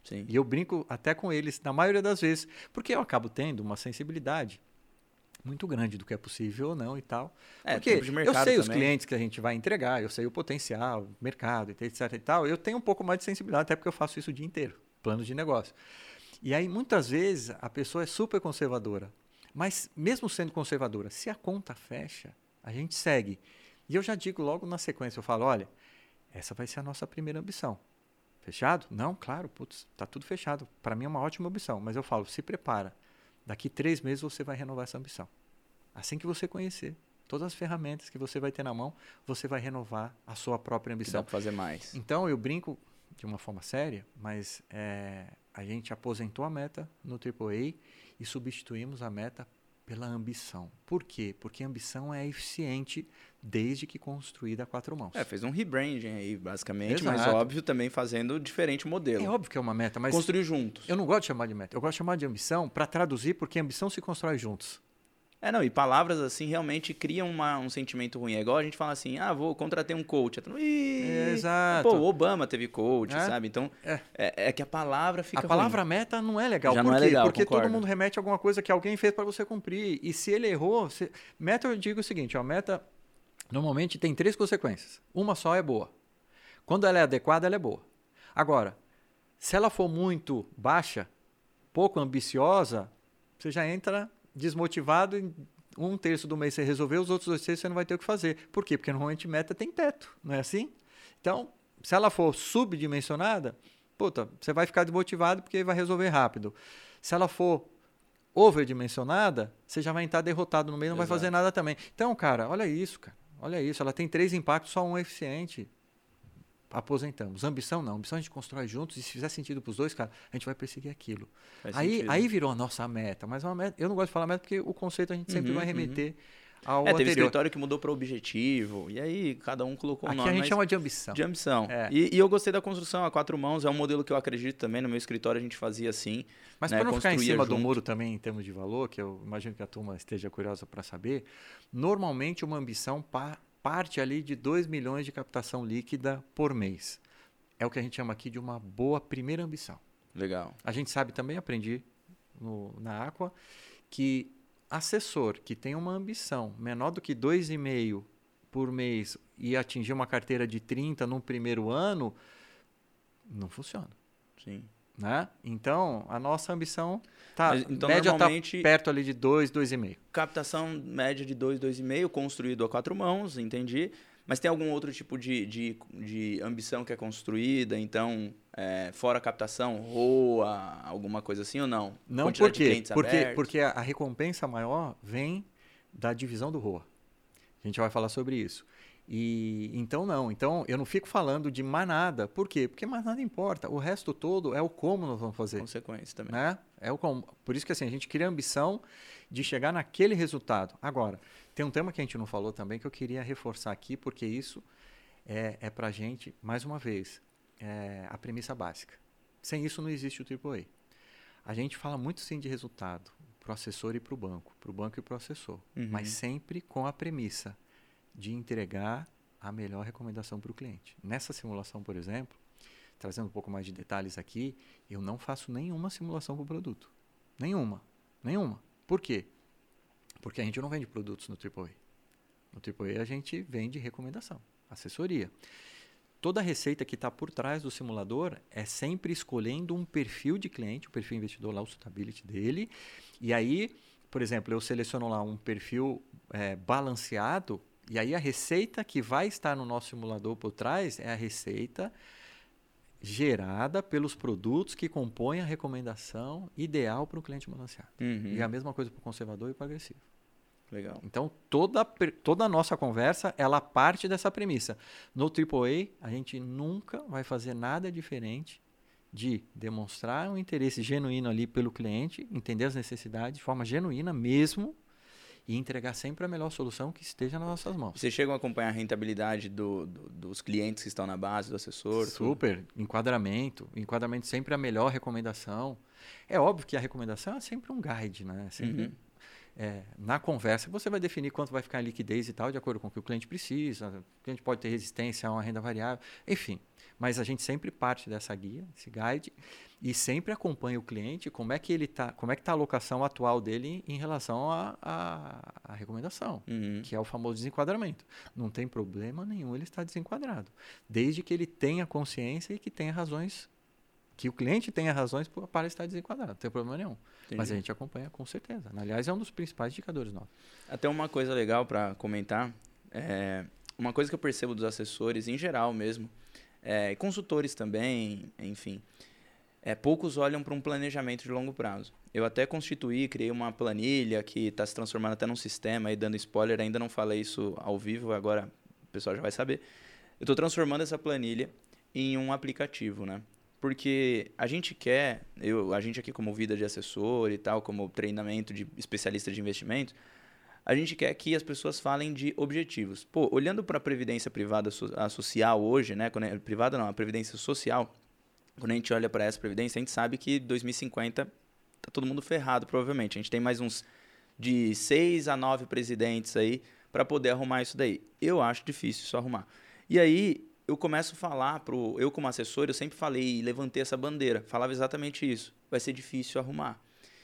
Sim. E eu brinco até com eles, na maioria das vezes, porque eu acabo tendo uma sensibilidade muito grande do que é possível ou não e tal. É, Porque tempo de mercado eu sei os também. clientes que a gente vai entregar, eu sei o potencial, mercado, etc e tal. Eu tenho um pouco mais de sensibilidade, até porque eu faço isso o dia inteiro, plano de negócio. E aí, muitas vezes, a pessoa é super conservadora. Mas, mesmo sendo conservadora, se a conta fecha, a gente segue. E eu já digo logo na sequência, eu falo, olha, essa vai ser a nossa primeira ambição. Fechado? Não, claro, putz, tá tudo fechado. Para mim é uma ótima ambição, mas eu falo, se prepara. Daqui três meses você vai renovar essa ambição. Assim que você conhecer todas as ferramentas que você vai ter na mão, você vai renovar a sua própria Que ambição. dá para fazer mais. Então, eu brinco de uma forma séria, mas é, a gente aposentou a meta no triplo A e substituímos a meta pela ambição. Por quê? Porque a ambição é eficiente desde que construída a quatro mãos. É, fez um rebranding aí, basicamente, mas Exato. óbvio também fazendo diferente modelo. É óbvio que é uma meta, mas Construir juntos. eu não gosto de chamar de meta. Eu gosto de chamar de ambição para traduzir, porque a ambição se constrói juntos. É, não, e palavras assim realmente criam uma, um sentimento ruim. É igual a gente fala assim, ah, vou contratar um coach. Ih, É, exato. Pô, o Obama teve coach, É? sabe? Então, É. é, é que a palavra fica A palavra ruim. meta não é legal. Já Por não é quê? legal, Porque concordo. todo mundo remete a alguma coisa que alguém fez para você cumprir. E se ele errou... Se... Meta, eu digo o seguinte, ó, meta normalmente tem três consequências. Uma só é boa. Quando ela é adequada, ela é boa. Agora, se ela for muito baixa, pouco ambiciosa, você já entra desmotivado e um terço do mês você resolveu, os outros dois terços você não vai ter o que fazer. Por quê? Porque normalmente meta tem teto, não é assim? Então, se ela for subdimensionada, puta, você vai ficar desmotivado porque vai resolver rápido. Se ela for overdimensionada, você já vai estar derrotado no meio e não Exato. vai fazer nada também. Então, cara, olha isso, cara. Olha isso. Ela tem três impactos, só um é eficiente. Aposentamos. Ambição não. Ambição a gente constrói juntos e se fizer sentido para os dois, cara, a gente vai perseguir aquilo. Faz Aí, sentido. aí virou a nossa meta. Mas uma meta, eu não gosto de falar meta porque o conceito a gente sempre Uhum, vai remeter uhum. ao É, teve anterior. escritório que mudou para objetivo, e aí cada um colocou o Aqui nome. a gente mas chama de ambição. de ambição. É. E, e eu gostei da construção a quatro mãos, é um modelo que eu acredito também, no meu escritório a gente fazia assim. Mas né, para não ficar em construía cima do junto. muro também em termos de valor, que eu imagino que a turma esteja curiosa para saber, normalmente uma ambição pa- parte ali de dois milhões de captação líquida por mês. É o que a gente chama aqui de uma boa primeira ambição. Legal. A gente sabe também, aprendi no, na Aqua, que assessor que tem uma ambição menor do que dois vírgula cinco por mês e atingir uma carteira de trinta no primeiro ano, não funciona. Sim. Né? Então, a nossa ambição tá, Mas, então, média está normalmente- perto ali de dois, dois vírgula cinco. Captação média de dois, dois vírgula cinco, construído a quatro mãos, entendi. Mas tem algum outro tipo de, de, de ambição que é construída? Então, é, fora a captação, R O A, alguma coisa assim ou não? Não, Quantidade por de quê? clientes Porque, abertos? porque a, a recompensa maior vem da divisão do R O A. A gente vai falar sobre isso. E então não, então eu não fico falando de manada. Por quê? Porque mais nada importa. O resto todo é o como nós vamos fazer. Consequência também. Né? É o como. Por isso que assim, a gente cria a ambição de chegar naquele resultado. Agora, tem um tema que a gente não falou também que eu queria reforçar aqui, porque isso é, é para a gente, mais uma vez, é a premissa básica. Sem isso não existe o triplo A. A gente fala muito sim de resultado para o assessor e para o banco, para o banco e para o assessor, Uhum. mas sempre com a premissa de entregar a melhor recomendação para o cliente. Nessa simulação, por exemplo, trazendo um pouco mais de detalhes aqui, eu não faço nenhuma simulação para o produto. Nenhuma. Nenhuma. Por quê? Porque a gente não vende produtos no triplo A. No triplo A a gente vende recomendação, assessoria. Toda a receita que está por trás do simulador é sempre escolhendo um perfil de cliente, o perfil investidor lá, o suitability dele. E aí, por exemplo, eu seleciono lá um perfil é, balanceado, e aí a receita que vai estar no nosso simulador por trás é a receita gerada pelos produtos que compõem a recomendação ideal para o cliente balanceado. Uhum. E a mesma coisa para o conservador e para o agressivo. Legal. Então, toda, toda a nossa conversa, ela parte dessa premissa. No triplo A, a gente nunca vai fazer nada diferente de demonstrar um interesse genuíno ali pelo cliente, entender as necessidades de forma genuína mesmo, e entregar sempre a melhor solução que esteja nas nossas mãos. Vocês chegam a acompanhar a rentabilidade do, do, dos clientes que estão na base, do assessor? Super. Tudo. Enquadramento. Enquadramento sempre a melhor recomendação. É óbvio que a recomendação é sempre um guide, né? Sempre, uhum. é, na conversa você vai definir quanto vai ficar em liquidez e tal, de acordo com o que o cliente precisa. O cliente pode ter resistência a uma renda variável, enfim. Mas a gente sempre parte dessa guia, esse guide, e sempre acompanha o cliente como é que ele tá, como é que está a alocação atual dele em relação à a, a, a recomendação, Uhum. que é o famoso desenquadramento. Não tem problema nenhum ele estar desenquadrado, desde que ele tenha consciência e que tenha razões, que o cliente tenha razões para estar desenquadrado, não tem problema nenhum. Entendi. Mas a gente acompanha com certeza. Aliás, é um dos principais indicadores nossos. Até uma coisa legal para comentar, é, uma coisa que eu percebo dos assessores, em geral mesmo, é, consultores também, enfim, é, poucos olham para um planejamento de longo prazo. Eu até constituí, criei uma planilha que está se transformando até num sistema, aí dando spoiler, ainda não falei isso ao vivo, agora o pessoal já vai saber. Eu estou transformando essa planilha em um aplicativo, né? Porque a gente quer, eu, a gente aqui como vida de assessor e tal, como treinamento de especialista de investimentos, a gente quer que as pessoas falem de objetivos. Pô, olhando para a previdência privada a social hoje, né? Quando é, privada não, a previdência social, quando a gente olha para essa previdência, a gente sabe que dois mil e cinquenta tá todo mundo ferrado, provavelmente. A gente tem mais uns de seis a nove presidentes aí para poder arrumar isso daí. Eu acho difícil isso arrumar. E aí eu começo a falar pro, eu como assessor, eu sempre falei e levantei essa bandeira, falava exatamente isso. Vai ser difícil arrumar.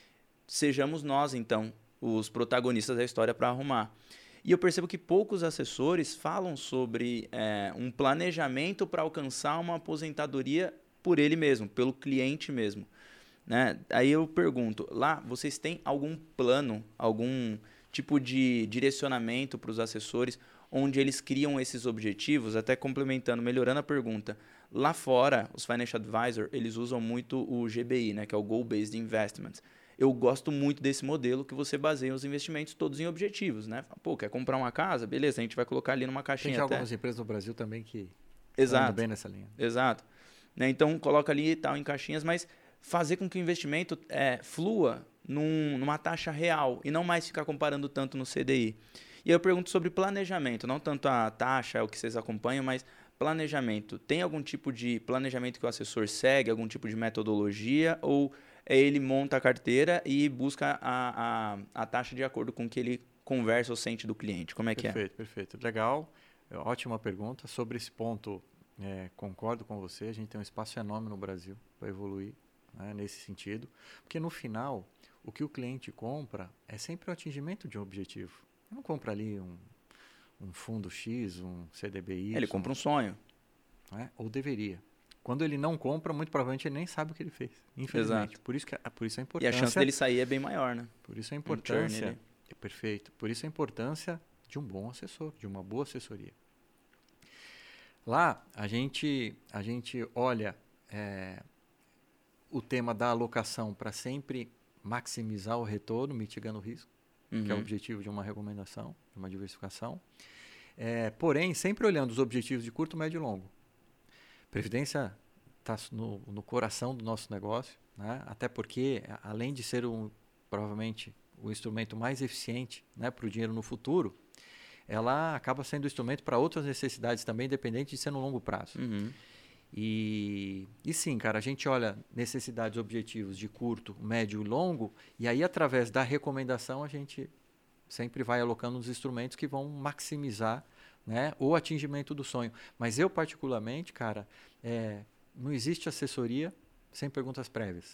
Sejamos nós então os protagonistas da história para arrumar. E eu percebo que poucos assessores falam sobre é, um planejamento para alcançar uma aposentadoria por ele mesmo, pelo cliente mesmo. Né? Aí eu pergunto, lá vocês têm algum plano, algum tipo de direcionamento para os assessores, onde eles criam esses objetivos, até complementando, melhorando a pergunta. Lá fora, os Financial Advisors, eles usam muito o G B I, né, que é o Goal Based Investments. Eu gosto muito desse modelo que você baseia os investimentos todos em objetivos, né? Pô, quer comprar uma casa? Beleza, a gente vai colocar ali numa caixinha. Tem até. algumas empresas no Brasil também que Exato. andam bem nessa linha. Exato. Né? Então, coloca ali e tal em caixinhas, mas fazer com que o investimento é, flua num, numa taxa real e não mais ficar comparando tanto no C D I. E aí eu pergunto sobre planejamento, não tanto a taxa, o que vocês acompanham, mas planejamento. Tem algum tipo de planejamento que o assessor segue, algum tipo de metodologia, ou ele monta a carteira e busca a, a, a taxa de acordo com o que ele conversa ou sente do cliente? Como é que perfeito, é? Perfeito, perfeito. Legal, ótima pergunta. Sobre esse ponto, é, concordo com você, a gente tem um espaço enorme no Brasil para evoluir, né, nesse sentido, porque no final, o que o cliente compra é sempre o atingimento de um objetivo. Ele não compra ali um, um fundo X, um C D B I. Ele compra um sonho. Né? Ou deveria. Quando ele não compra, muito provavelmente ele nem sabe o que ele fez. Infelizmente. Exato. Por isso, que, por isso a importância... E a chance dele sair é bem maior, né? Por isso a importância... Um é perfeito. Por isso a importância de um bom assessor, de uma boa assessoria. Lá, a gente, a gente olha é, o tema da alocação para sempre maximizar o retorno, mitigando o risco, uhum. que é o objetivo de uma recomendação, de uma diversificação. É, porém, sempre olhando os objetivos de curto, médio e longo. Previdência está no, no coração do nosso negócio, né? Até porque, além de ser um, provavelmente o instrumento mais eficiente, né, para o dinheiro no futuro, ela acaba sendo instrumento para outras necessidades também, independente de ser no longo prazo. Uhum. E, e sim, cara, a gente olha necessidades, objetivos de curto, médio e longo, e aí através da recomendação a gente sempre vai alocando os instrumentos que vão maximizar, né, o atingimento do sonho. Mas eu, particularmente, cara, é, não existe assessoria sem perguntas prévias.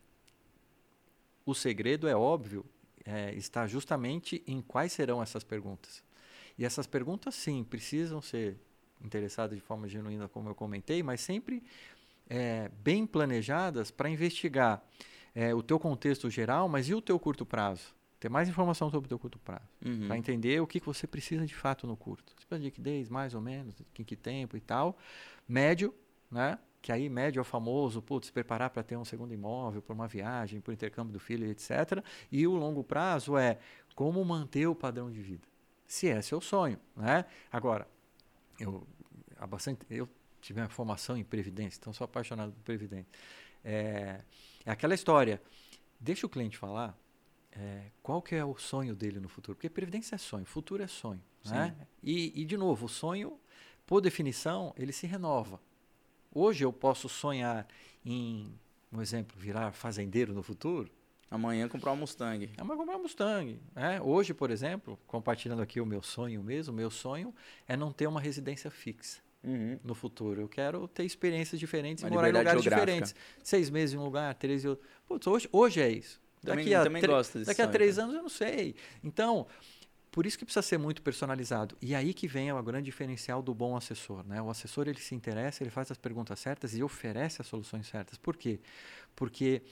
O segredo, é óbvio, é, está justamente em quais serão essas perguntas. E essas perguntas, sim, precisam ser interessadas de forma genuína, como eu comentei, mas sempre é, bem planejadas para investigar é, o teu contexto geral, mas e o teu curto prazo? Ter mais informação sobre o teu curto prazo. Uhum. Para entender o que, que você precisa de fato no curto. Você precisa de liquidez, mais ou menos, em que tempo e tal. Médio, né? Que aí médio é o famoso, putz, se preparar para ter um segundo imóvel, por uma viagem, por intercâmbio do filho, etcétera. E o longo prazo é como manter o padrão de vida. Se é seu sonho, né? Agora, eu, há bastante, eu tive uma formação em Previdência, então sou apaixonado por Previdência. É, é aquela história, deixa o cliente falar, é, qual que é o sonho dele no futuro? Porque Previdência é sonho, futuro é sonho. Né? E, e, de novo, o sonho, por definição, ele se renova. Hoje eu posso sonhar em, um exemplo, virar fazendeiro no futuro, Amanhã comprar um Mustang. Amanhã comprar um Mustang. Né? Hoje, por exemplo, compartilhando aqui o meu sonho mesmo, o meu sonho é não ter uma residência fixa. Uhum. No futuro. Eu quero ter experiências diferentes e morar em lugares geográfica. diferentes. Seis meses em um lugar, três em outro. Putz, hoje, hoje é isso. Também, daqui a, também tre- gosto desse daqui a sonho, três cara. anos eu não sei. Então, por isso que precisa ser muito personalizado. E aí que vem o grande diferencial do bom assessor. Né? O assessor ele se interessa, ele faz as perguntas certas e oferece as soluções certas. Por quê? Porque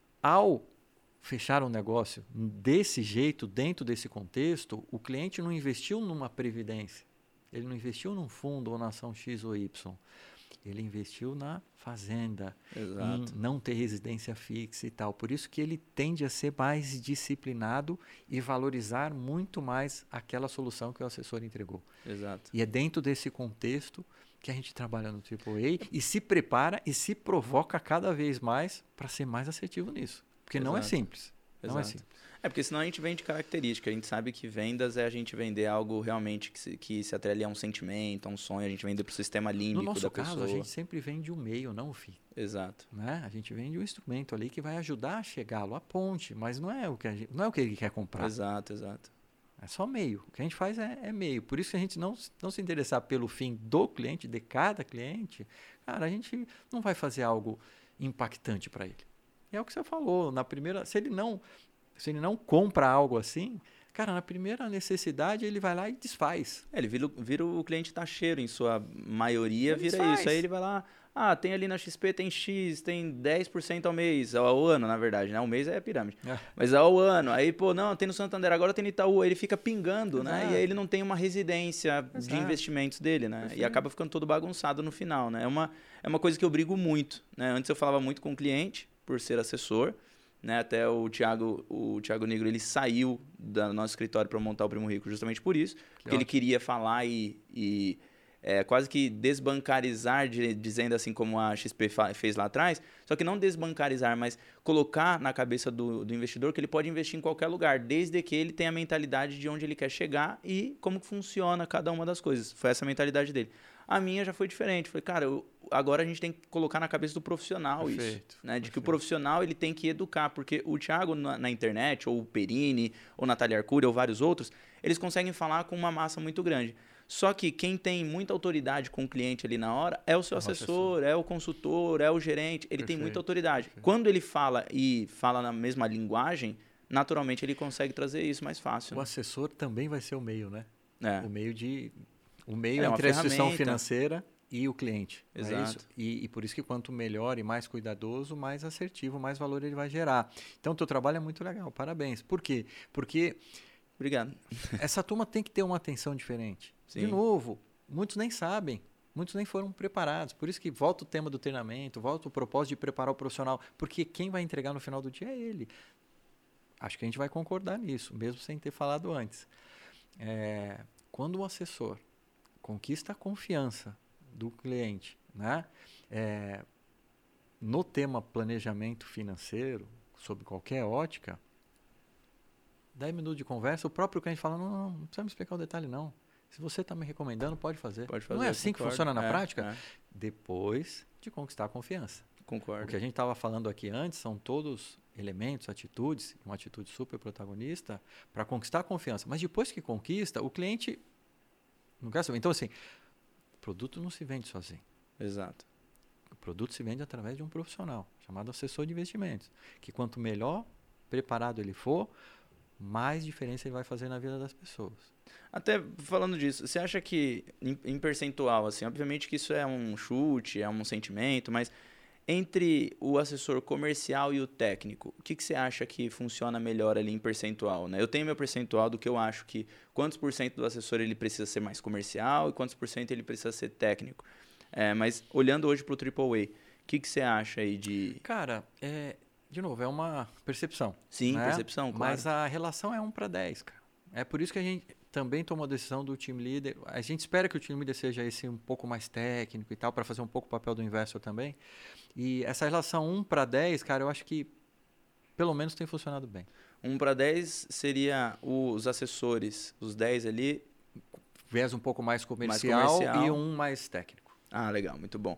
ao fechar um negócio desse jeito, dentro desse contexto, o cliente não investiu numa previdência. Ele não investiu num fundo ou na ação X ou Y. Ele investiu na fazenda, Exato. em não ter residência fixa e tal. Por isso que ele tende a ser mais disciplinado e valorizar muito mais aquela solução que o assessor entregou. Exato. E é dentro desse contexto que a gente trabalha no triplo A e se prepara e se provoca cada vez mais para ser mais assertivo nisso. Porque Exato. não é simples. Não Exato. é simples. É, porque senão a gente vende característica. A gente sabe que vendas é a gente vender algo realmente que se, que se atrele a um sentimento, a um sonho. A gente vende para o sistema límbico no nosso da caso, pessoa. a gente sempre vende o meio, não o fim. Exato. Né? A gente vende um instrumento ali que vai ajudar a chegá-lo à ponte, mas não é o que, a gente, não é o que ele quer comprar. Exato, exato. É só meio. O que a gente faz é, é meio. Por isso que a gente não, não se interessar pelo fim do cliente, de cada cliente, cara, a gente não vai fazer algo impactante para ele. E é o que você falou. Na primeira, se ele não... Se ele não compra algo assim, cara, na primeira necessidade ele vai lá e desfaz. É, ele vira, vira o cliente taxeiro, em sua maioria Ele vira desfaz. isso. Aí ele vai lá, ah, tem ali na X P, tem X, tem dez por cento ao mês, ao ano, na verdade, né? O mês é pirâmide. É. Mas ao ano. Aí, pô, não, tem no Santander, agora tem no Itaú. Aí ele fica pingando, Exato. né? E aí ele não tem uma residência Exato. de investimentos dele, né? Perfeito. E acaba ficando todo bagunçado no final, né? É uma, é uma coisa que eu brigo muito, né? Antes eu falava muito com o cliente, por ser assessor. Né, até o Thiago, o Thiago Negro, ele saiu do nosso escritório para montar o Primo Rico justamente por isso, que porque ótimo. ele queria falar e, e é, quase que desbancarizar, de, dizendo assim como a X P fez lá atrás, só que não desbancarizar, mas colocar na cabeça do, do investidor que ele pode investir em qualquer lugar, desde que ele tenha a mentalidade de onde ele quer chegar e como funciona cada uma das coisas. Foi essa a mentalidade dele. A minha já foi diferente. Falei, cara, eu, agora a gente tem que colocar na cabeça do profissional perfeito, isso. Né? De perfeito. que o profissional ele tem que educar. Porque o Thiago na, na internet, ou o Perini, ou Natália Arcuri, ou vários outros, eles conseguem falar com uma massa muito grande. Só que quem tem muita autoridade com o cliente ali na hora é o seu é assessor, assessor, é o consultor, é o gerente. Ele perfeito, tem muita autoridade. Perfeito. Quando ele fala e fala na mesma linguagem, naturalmente ele consegue trazer isso mais fácil. O né? assessor também vai ser o meio, né? É. O meio de... O meio é entre a instituição financeira e o cliente. Exato. É isso? E, e por isso que quanto melhor e mais cuidadoso, mais assertivo, mais valor ele vai gerar. Então, o teu trabalho é muito legal. Parabéns. Por quê? Porque... Obrigado. Essa turma tem que ter uma atenção diferente. Sim. De novo, muitos nem sabem. Muitos nem foram preparados. Por isso que volta o tema do treinamento, volta o propósito de preparar o profissional. Porque quem vai entregar no final do dia é ele. Acho que a gente vai concordar nisso, mesmo sem ter falado antes. É, quando o assessor conquista a confiança do cliente, né? É, no tema planejamento financeiro, sob qualquer ótica, dez minutos de conversa, o próprio cliente fala, não, não, não precisa me explicar o detalhe, não. Se você está me recomendando, pode fazer. Pode fazer. Não é assim concordo. que funciona na é, prática? É. Depois de conquistar a confiança. Concordo. O que a gente estava falando aqui antes são todos elementos, atitudes, uma atitude super protagonista para conquistar a confiança. Mas depois que conquista, o cliente não quer saber. Então, assim, o produto não se vende sozinho. Exato. O produto se vende através de um profissional, chamado assessor de investimentos, que quanto melhor preparado ele for, mais diferença ele vai fazer na vida das pessoas. Até falando disso, você acha que, em, em percentual, assim, obviamente que isso é um chute, é um sentimento, mas entre o assessor comercial e o técnico, o que, que você acha que funciona melhor ali em percentual? Né? Eu tenho meu percentual do que eu acho que quantos por cento do assessor ele precisa ser mais comercial e quantos por cento ele precisa ser técnico. É, mas olhando hoje para o triplo A, o que, que você acha aí de... Cara, é, de novo, é uma percepção. Sim, né? percepção, claro. Mas a relação é um para dez, cara. É por isso que a gente também tomou a decisão do team leader. A gente espera que o team leader seja esse um pouco mais técnico e tal, para fazer um pouco o papel do investor também. E essa relação um para dez, cara, eu acho que pelo menos tem funcionado bem. um para dez seria os assessores, os dez ali... Viés um pouco mais comercial, mais comercial e um mais técnico. Ah, legal, muito bom.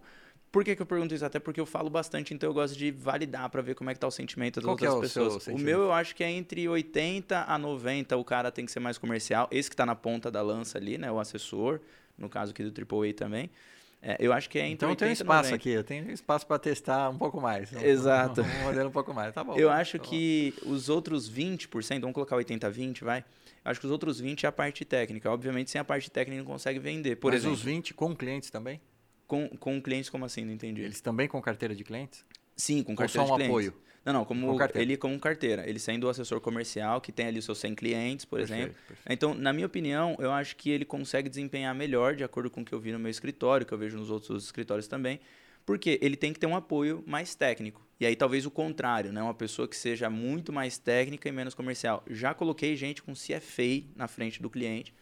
Por que, que eu pergunto isso? Até porque eu falo bastante, então eu gosto de validar para ver como é que tá o sentimento das Qual que é outras o seu pessoas. O sentimento? meu eu acho que é entre oitenta a noventa, o cara tem que ser mais comercial. Esse que tá na ponta da lança ali, né? O assessor, no caso aqui do Triple A também. É, eu acho que é entre Então eu tenho oitenta e espaço noventa. aqui, eu tenho espaço para testar um pouco mais. Exato. Um, um modelo um pouco mais, tá bom. Eu acho tá que os outros vinte por cento, vamos colocar oitenta a vinte, vai? Eu acho que os outros vinte é a parte técnica. Obviamente, sem a parte técnica, não consegue vender. Por Mas exemplo, os vinte com clientes também? com, com clientes como assim? Não entendi. Eles também com carteira de clientes? Sim, com Ou carteira só um de clientes. apoio? Não, não, como Com carteira. ele como carteira. Ele sendo o assessor comercial, que tem ali os seus cem clientes, por Perfeito, exemplo. perfeito. Então, na minha opinião, eu acho que ele consegue desempenhar melhor, de acordo com o que eu vi no meu escritório, que eu vejo nos outros escritórios também, porque ele tem que ter um apoio mais técnico. E aí, talvez o contrário, né? Uma pessoa que seja muito mais técnica e menos comercial. Já coloquei gente com C F A na frente do cliente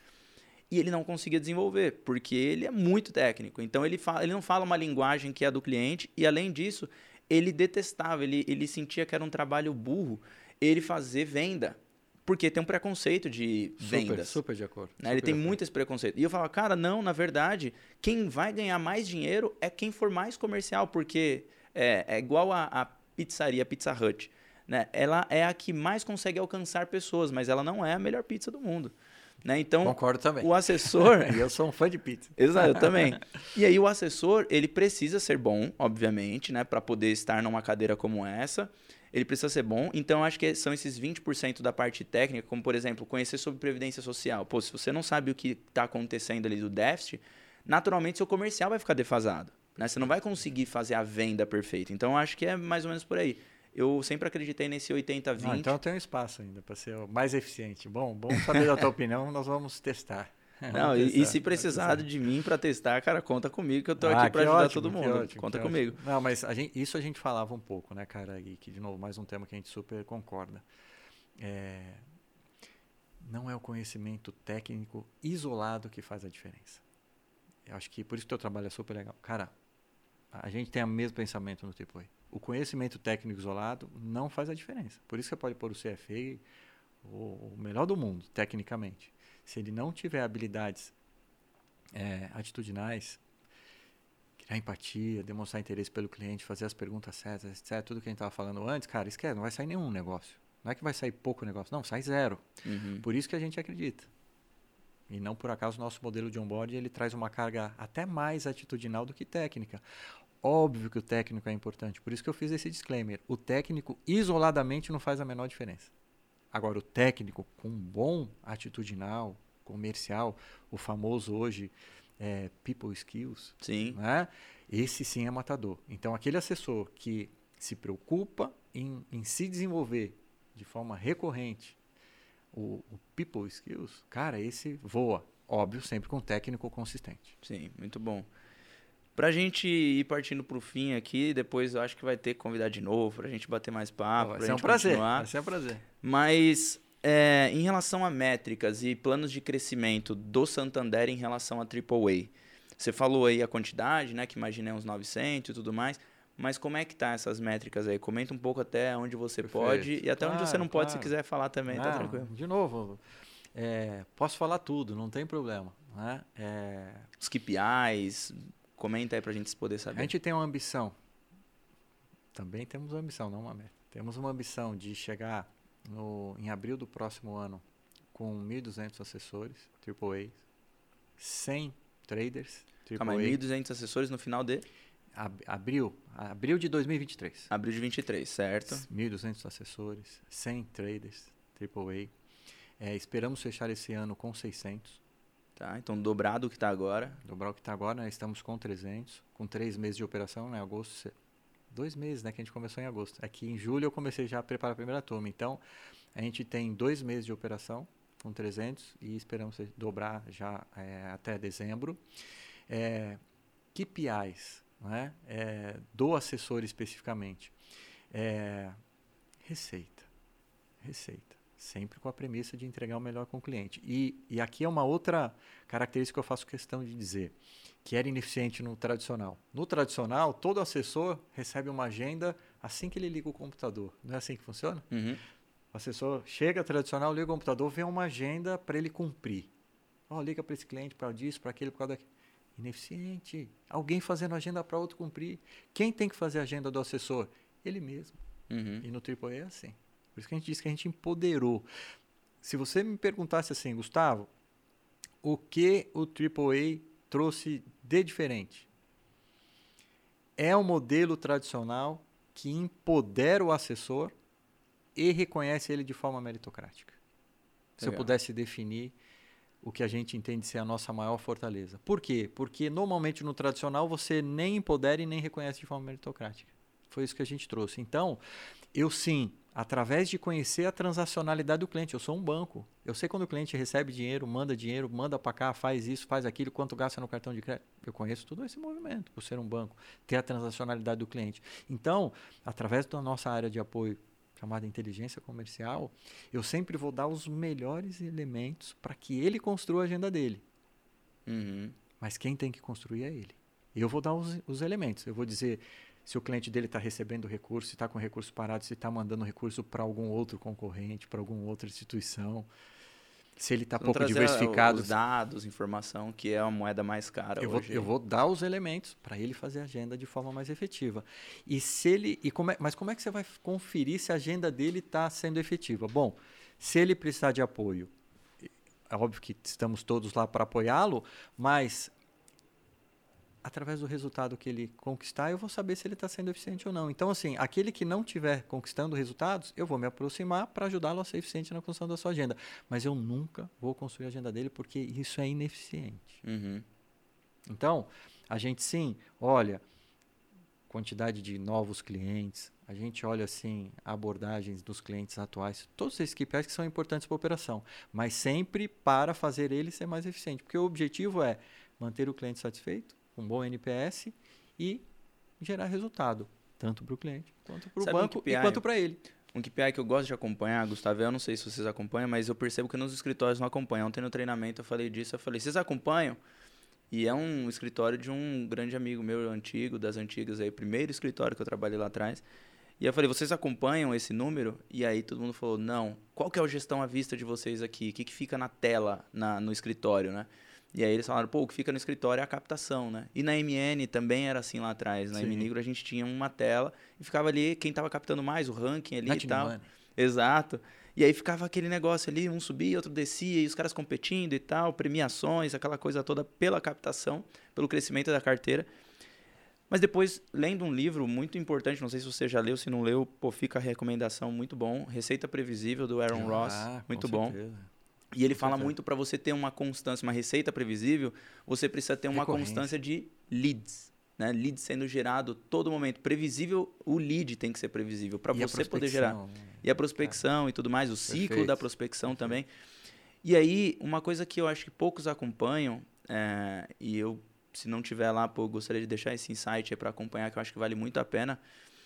e ele não conseguia desenvolver, porque ele é muito técnico. Então, ele, fala, ele não fala uma linguagem que é a do cliente e, além disso, ele detestava, ele, ele sentia que era um trabalho burro ele fazer venda, porque tem um preconceito de vendas. Super, super de acordo. Né? Ele tem muito esse preconceito. E eu falava, cara, não, na verdade, quem vai ganhar mais dinheiro é quem for mais comercial, porque é, é igual a, a pizzaria, a Pizza Hut. Né? Ela é a que mais consegue alcançar pessoas, mas ela não é a melhor pizza do mundo. Né? Então, concordo também. O assessor... E eu sou um fã de pizza. Exato, eu também. E aí o assessor, ele precisa ser bom, obviamente, né? Para poder estar numa cadeira como essa. Ele precisa ser bom. Então, acho que são esses vinte por cento da parte técnica, como, por exemplo, conhecer sobre previdência social. Pô, se você não sabe o que está acontecendo ali do déficit, naturalmente seu comercial vai ficar defasado. Né? Você não vai conseguir fazer a venda perfeita. Então, acho que é mais ou menos por aí. Eu sempre acreditei nesse oitenta a vinte. Ah, então eu tenho espaço ainda para ser mais eficiente. Bom, bom saber da tua opinião, nós vamos testar. Não, vamos e, testar, e se precisar de mim para testar, cara, conta comigo que eu tô ah, aqui para ajudar ótimo, todo mundo. Ótimo, conta que comigo. Ótimo. Não, mas a gente, isso a gente falava um pouco, né, cara? E que, de novo, mais um tema que a gente super concorda. É, não é o conhecimento técnico isolado que faz a diferença. Eu acho que por isso que o teu trabalho é super legal. Cara, a gente tem o mesmo pensamento no Triple A. O conhecimento técnico isolado não faz a diferença. Por isso que você pode pôr o C F A, o melhor do mundo, tecnicamente. Se ele não tiver habilidades é, atitudinais, criar empatia, demonstrar interesse pelo cliente, fazer as perguntas certas, etcétera, tudo que a gente estava falando antes, cara, esquece, não vai sair nenhum negócio. Não é que vai sair pouco negócio, não, sai zero. Uhum. Por isso que a gente acredita. E não por acaso o nosso modelo de onboard ele traz uma carga até mais atitudinal do que técnica. Óbvio que o técnico é importante, por isso que eu fiz esse disclaimer. O técnico isoladamente não faz a menor diferença. Agora, o técnico com bom atitudinal, comercial, o famoso hoje é, people skills, Sim. Né? Esse sim é matador. Então, aquele assessor que se preocupa em, em se desenvolver de forma recorrente, o, o people skills, cara, esse voa. Óbvio, sempre com técnico consistente. Sim, muito bom. Pra gente ir partindo pro fim aqui, depois eu acho que vai ter que convidar de novo, pra gente bater mais papo, Vai pra ser um gente prazer, continuar. vai ser um prazer. Mas, é, em relação a métricas e planos de crescimento do Santander em relação a Triple A, você falou aí a quantidade, né, que imaginei uns novecentos e tudo mais, mas como é que tá essas métricas aí? Comenta um pouco até onde você Perfeito. pode e até Claro, onde você não pode, claro. se quiser falar também, não, tá tranquilo. De novo, é, posso falar tudo, não tem problema. Né? É, Os K P Is, comenta aí pra gente poder saber. A gente tem uma ambição, também temos uma ambição, não uma meta. Temos uma ambição de chegar no, em abril do próximo ano com mil e duzentos assessores, Triple A, cem traders, Triple Calma aí, mil e duzentos assessores no final de Ab, abril, abril de dois mil e vinte e três. Abril de vinte e três, certo? mil e duzentos assessores, cem traders, Triple A. É, esperamos fechar esse ano com seiscentos. Tá, então dobrado o que está agora. Dobrar o que está agora, né? Estamos com trezentos, com três meses de operação, né? Agosto, dois meses, né? Que a gente começou em agosto. Aqui em julho eu comecei já a preparar a primeira turma. Então, a gente tem dois meses de operação com trezentos e esperamos dobrar já é, até dezembro. É, K P Is, né? É, do assessor especificamente. É, receita. Receita. Sempre com a premissa de entregar o melhor com o cliente. E, e aqui é uma outra característica que eu faço questão de dizer, que era ineficiente no tradicional. No tradicional, todo assessor recebe uma agenda assim que ele liga o computador. Não é assim que funciona? Uhum. O assessor chega tradicional, liga o computador, vê uma agenda para ele cumprir. Oh, liga para esse cliente, para disso, para aquilo, para daquilo. Ineficiente. Alguém fazendo agenda para outro cumprir. Quem tem que fazer a agenda do assessor? Ele mesmo. Uhum. E no Triple A é assim. Por isso que a gente disse que a gente empoderou. Se você me perguntasse assim, Gustavo, o que o Triple A trouxe de diferente? É um modelo tradicional que empodera o assessor e reconhece ele de forma meritocrática. Se Legal. eu pudesse definir o que a gente entende ser a nossa maior fortaleza. Por quê? Porque normalmente no tradicional você nem empodera e nem reconhece de forma meritocrática. Foi isso que a gente trouxe. Então, eu sim, através de conhecer a transacionalidade do cliente, eu sou um banco. Eu sei quando o cliente recebe dinheiro, manda dinheiro, manda para cá, faz isso, faz aquilo, quanto gasta no cartão de crédito. Eu conheço todo esse movimento, por ser um banco, ter a transacionalidade do cliente. Então, através da nossa área de apoio, chamada inteligência comercial, eu sempre vou dar os melhores elementos para que ele construa a agenda dele. Uhum. Mas quem tem que construir é ele. E eu vou dar os, os elementos. Eu vou dizer se o cliente dele está recebendo recurso, se está com recurso parado, se está mandando recurso para algum outro concorrente, para alguma outra instituição, se ele está pouco diversificado. Os dados, informação, que é a moeda mais cara eu hoje. Vou, eu vou dar os elementos para ele fazer a agenda de forma mais efetiva. E se ele, e como é, mas como é que você vai conferir se a agenda dele está sendo efetiva? Bom, se ele precisar de apoio, é óbvio que estamos todos lá para apoiá-lo, mas através do resultado que ele conquistar, eu vou saber se ele está sendo eficiente ou não. Então, assim, aquele que não estiver conquistando resultados, eu vou me aproximar para ajudá-lo a ser eficiente na construção da sua agenda. Mas eu nunca vou construir a agenda dele porque isso é ineficiente. Uhum. Então, a gente sim olha quantidade de novos clientes, a gente olha assim abordagens dos clientes atuais, todos esses K P Is que são importantes para a operação, mas sempre para fazer ele ser mais eficiente, porque o objetivo é manter o cliente satisfeito, um bom N P S e gerar resultado, tanto para o cliente, quanto para o banco um e quanto para ele. Um K P I que eu gosto de acompanhar, Gustavo, eu não sei se vocês acompanham, mas eu percebo que nos escritórios não acompanham. Ontem no treinamento eu falei disso, eu falei, vocês acompanham? E é um escritório de um grande amigo meu antigo, das antigas aí, primeiro escritório que eu trabalhei lá atrás. E eu falei, vocês acompanham esse número? E aí todo mundo falou, não. Qual que é a gestão à vista de vocês aqui? O que, que fica na tela, na, no escritório, né? E aí eles falaram, pô, o que fica no escritório é a captação, né? E na M N também era assim lá atrás. Na Sim. M Negro a gente tinha uma tela e ficava ali quem estava captando mais, o ranking ali Not e tal. money. Exato. E aí ficava aquele negócio ali, um subia, outro descia, e os caras competindo e tal, premiações, aquela coisa toda pela captação, pelo crescimento da carteira. Mas depois, lendo um livro muito importante, não sei se você já leu, se não leu, pô, fica a recomendação, muito bom, Receita Previsível, do Aaron Ah, Ross, muito com bom. certeza. E ele Com fala certeza. muito para você ter uma constância, uma receita previsível, você precisa ter uma Recorrência. constância de leads. Né? Lead sendo gerado todo momento. Previsível, o lead tem que ser previsível para você poder gerar. Né? E a prospecção Cara. e tudo mais, o ciclo Perfeito. da prospecção Perfeito. também. E aí, uma coisa que eu acho que poucos acompanham, é, e eu, se não tiver lá, pô, eu gostaria de deixar esse insight aí para acompanhar, que eu acho que vale muito a pena,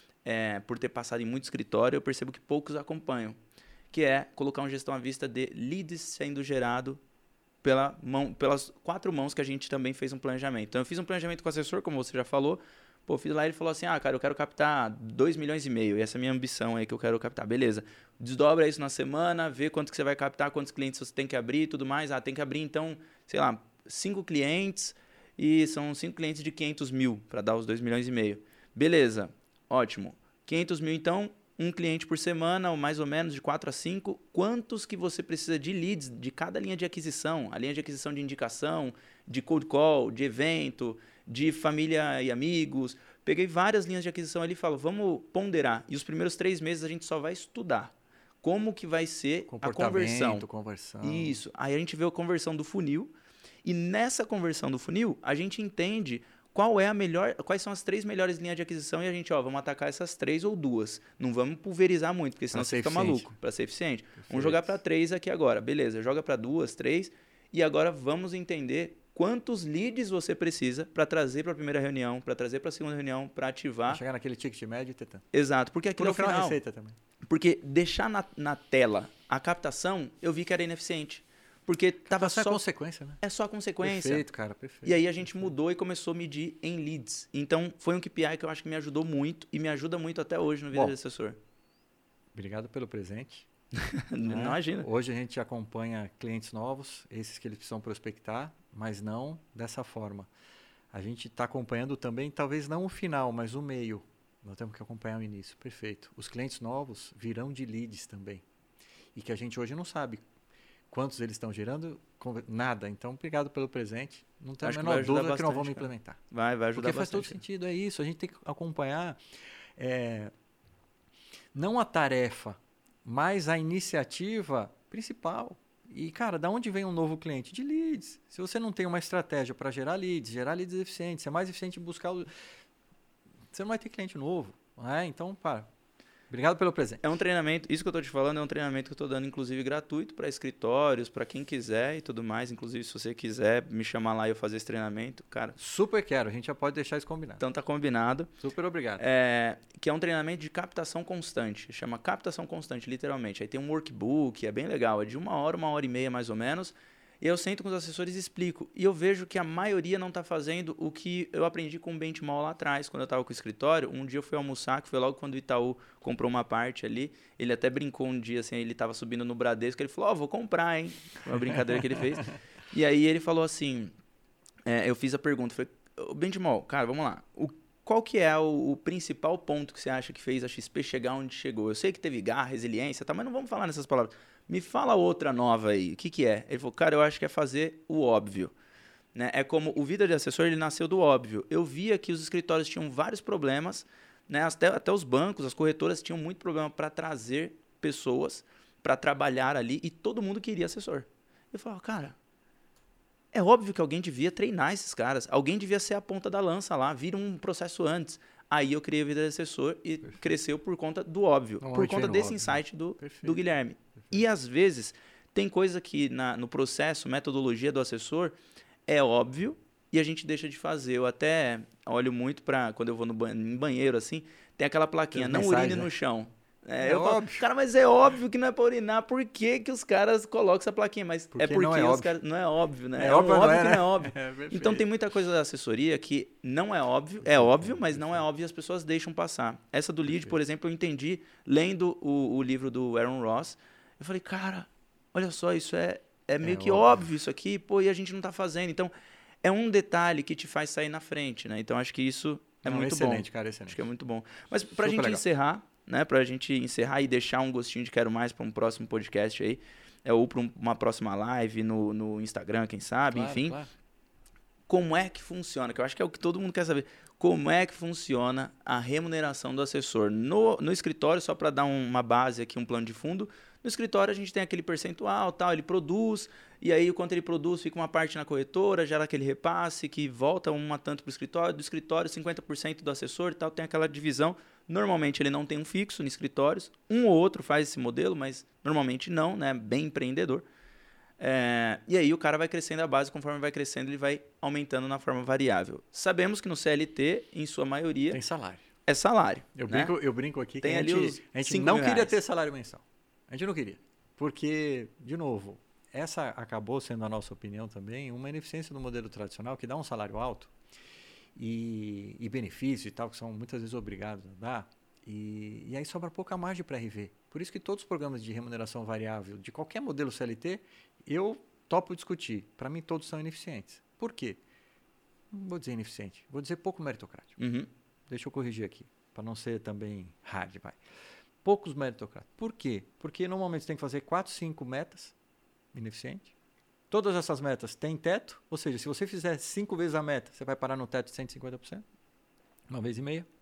é, por ter passado em muito escritório, eu percebo que poucos acompanham, que é colocar uma gestão à vista de leads sendo gerado pela mão, pelas quatro mãos que a gente também fez um planejamento. Então, eu fiz um planejamento com o assessor, como você já falou. Pô, fiz lá e ele falou assim, ah, cara, eu quero captar dois milhões e meio. E essa é a minha ambição aí que eu quero captar. Beleza. Desdobra isso na semana, vê quanto que você vai captar, quantos clientes você tem que abrir e tudo mais. Ah, tem que abrir, então, sei lá, cinco clientes e são cinco clientes de quinhentos mil para dar os dois milhões e meio. Beleza. Ótimo. quinhentos mil, então, um cliente por semana, ou mais ou menos, de quatro a cinco. Quantos que você precisa de leads de cada linha de aquisição? A linha de aquisição de indicação, de cold call, de evento, de família e amigos. Peguei várias linhas de aquisição ali e falo, vamos ponderar. E os primeiros três meses a gente só vai estudar como que vai ser a conversão. conversão. Isso. Aí a gente vê a conversão do funil. E nessa conversão do funil, a gente entende qual é a melhor, quais são as três melhores linhas de aquisição e a gente, ó, vamos atacar essas três ou duas. Não vamos pulverizar muito, porque senão Pra você ser fica eficiente. maluco. Para ser eficiente. Perfeito. Vamos jogar para três aqui agora. Beleza, joga para duas, três. E agora vamos entender quantos leads você precisa para trazer para a primeira reunião, para trazer para a segunda reunião, para ativar. Pra chegar naquele ticket médio e tentar. Exato, porque aquilo Por no é o final final. a receita também. Porque deixar na, na tela a captação, eu vi que era ineficiente. Porque tava Só só... é consequência, né? É só consequência. Perfeito, cara, perfeito. E aí a gente perfeito. mudou e começou a medir em leads. Então, foi um K P I que eu acho que me ajudou muito e me ajuda muito até hoje no Vida Bom, de Assessor. Obrigado pelo presente. Não né? imagina. Hoje a gente acompanha clientes novos, esses que eles precisam prospectar, mas não dessa forma. A gente está acompanhando também, talvez não o final, mas o meio. Nós temos que acompanhar o início. Perfeito. Os clientes novos virão de leads também. E que a gente hoje não sabe quantos eles estão gerando, nada. Então, obrigado pelo presente. Não tem a menor dúvida bastante, que nós vamos cara. implementar. Vai, vai ajudar Porque faz bastante. todo sentido, é isso. A gente tem que acompanhar é, não a tarefa, mas a iniciativa principal. E, cara, da onde vem um novo cliente? De leads. Se você não tem uma estratégia para gerar leads, gerar leads eficientes, é mais eficiente buscar... O... Você não vai ter cliente novo. Não é? Então, para. Obrigado pelo presente. É um treinamento, isso que eu estou te falando é um treinamento que eu estou dando, inclusive, gratuito para escritórios, para quem quiser e tudo mais. Inclusive, se você quiser me chamar lá e eu fazer esse treinamento, cara... Super quero, a gente já pode deixar isso combinado. Então, tá combinado. Super obrigado. É, que é um treinamento de captação constante. Chama captação constante, literalmente. Aí tem um workbook, é bem legal. É de uma hora, uma hora e meia, mais ou menos. E eu sento com os assessores e explico. E eu vejo que a maioria não está fazendo o que eu aprendi com o Benchmall lá atrás, quando eu estava com o escritório. Um dia eu fui almoçar, que foi logo quando o Itaú comprou uma parte ali. Ele até brincou um dia, assim, ele estava subindo no Bradesco, ele falou, ó, oh, vou comprar, hein? Uma brincadeira que ele fez. E aí ele falou assim, é, eu fiz a pergunta, falei, Benchmall, cara, vamos lá. O, qual que é o, o principal ponto que você acha que fez a X P chegar onde chegou? Eu sei que teve garra, resiliência, tá, mas não vamos falar nessas palavras. Me fala outra nova aí. O que que é? Ele falou, cara, eu acho que é fazer o óbvio. Né? É como o Vida de Assessor, ele nasceu do óbvio. Eu via que os escritórios tinham vários problemas, né? até, até os bancos, as corretoras tinham muito problema para trazer pessoas para trabalhar ali e todo mundo queria assessor. Eu falava, cara, é óbvio que alguém devia treinar esses caras. Alguém devia ser a ponta da lança lá, vir um processo antes. Aí eu criei a Vida de Assessor e Perfeito. Cresceu por conta do óbvio, Não, por conta desse óbvio. Insight do, do Guilherme. Perfeito. E às vezes tem coisa que na, no processo, metodologia do assessor, é óbvio e a gente deixa de fazer. Eu até olho muito para quando eu vou no banho, em banheiro assim, tem aquela plaquinha, tem não mensagem, urine né? no chão. É, é eu óbvio. Falo, cara, mas é óbvio que não é pra urinar. Por que, que os caras colocam essa plaquinha? Mas porque é porque não é os caras. Não é óbvio, né? É, é óbvio, um óbvio não é, que né? não é óbvio. É, então tem muita coisa da assessoria que não é óbvio. É óbvio, mas não é óbvio e as pessoas deixam passar. Essa do lead, por exemplo, eu entendi lendo o, o livro do Aaron Ross. Eu falei, cara, olha só, isso é, é meio é que óbvio. óbvio isso aqui, pô, e a gente não tá fazendo. Então, é um detalhe que te faz sair na frente, né? Então, acho que isso é não, muito excelente, bom. Excelente, cara, excelente. Acho que é muito bom. Mas pra Super gente legal. encerrar... Né, pra gente encerrar e deixar um gostinho de quero mais para um próximo podcast aí, é, ou para um, uma próxima live no, no Instagram, quem sabe, claro, enfim. Claro. Como é que funciona? Que eu acho que é o que todo mundo quer saber. Como é que funciona a remuneração do assessor? No, no escritório, só para dar um, uma base aqui, um plano de fundo, no escritório a gente tem aquele percentual, tal, ele produz, e aí quando ele produz fica uma parte na corretora, gera aquele repasse que volta uma tanto para o escritório, do escritório cinquenta por cento do assessor e tal, tem aquela divisão. Normalmente ele não tem um fixo em escritórios, um ou outro faz esse modelo, mas normalmente não, né? Bem empreendedor. É, e aí o cara vai crescendo a base, conforme vai crescendo ele vai aumentando na forma variável. Sabemos que no C L T, em sua maioria... Tem salário. É salário. Eu, né? brinco, eu brinco aqui que tem a gente, ali os a gente não queria reais. ter salário mensal. A gente não queria. Porque, de novo, essa acabou sendo a nossa opinião também, uma ineficiência do modelo tradicional que dá um salário alto e, e benefícios e tal, que são muitas vezes obrigados a dar, e, e aí sobra pouca margem para R V. Por isso que todos os programas de remuneração variável, de qualquer modelo C L T, eu topo discutir. Para mim, todos são ineficientes. Por quê? Não vou dizer ineficiente, vou dizer pouco meritocrático. Uhum. Deixa eu corrigir aqui, para não ser também hard, vai. Poucos meritocráticos. Por quê? Porque normalmente você tem que fazer quatro, cinco metas, ineficiente. Todas essas metas têm teto, ou seja, se você fizer cinco vezes a meta, você vai parar no teto de cento e cinquenta por cento, uma vez e meia.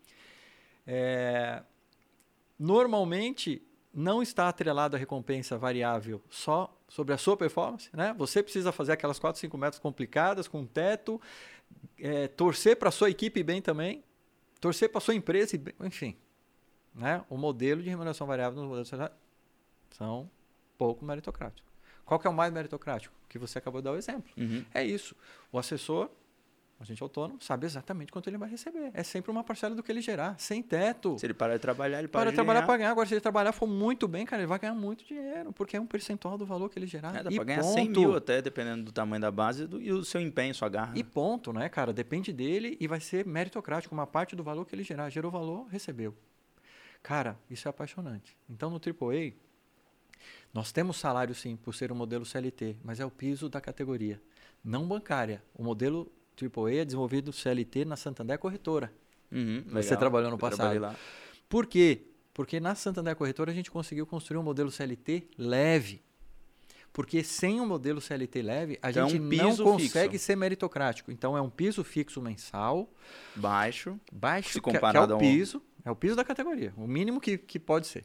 É, normalmente, não está atrelado a recompensa variável só sobre a sua performance, né? Você precisa fazer aquelas quatro, cinco metas complicadas, com teto, é, torcer para a sua equipe bem também, torcer para a sua empresa, bem, enfim. Né? O modelo de remuneração variável nos modelos são pouco meritocráticos. Qual que é o mais meritocrático? Que você acabou de dar o exemplo. Uhum. É isso. O assessor, o agente autônomo, sabe exatamente quanto ele vai receber. É sempre uma parcela do que ele gerar, sem teto. Se ele parar de trabalhar, ele para, para de trabalhar ganhar. para ganhar. Agora, se ele trabalhar for muito bem, cara, ele vai ganhar muito dinheiro, porque é um percentual do valor que ele gerar. É, dá e para ganhar ponto. cem mil até, dependendo do tamanho da base do, e o seu empenho, sua garra. E ponto, né, cara? Depende dele e vai ser meritocrático. Uma parte do valor que ele gerar. Gerou valor, recebeu. Cara, isso é apaixonante. Então, no triplo A, nós temos salário, sim, por ser um modelo C L T, mas é o piso da categoria. Não bancária. O modelo triplo A é desenvolvido C L T na Santander Corretora. Uhum, Você legal. trabalhou no Eu passado. trabalhei lá. Por quê? Porque na Santander Corretora a gente conseguiu construir um modelo C L T leve. Porque sem um modelo C L T leve, a Então, gente um não piso consegue fixo. ser meritocrático. Então, é um piso fixo mensal, Baixo. baixo, Se que, que é comparado o ao- piso, é o piso da categoria, o mínimo que, que pode ser.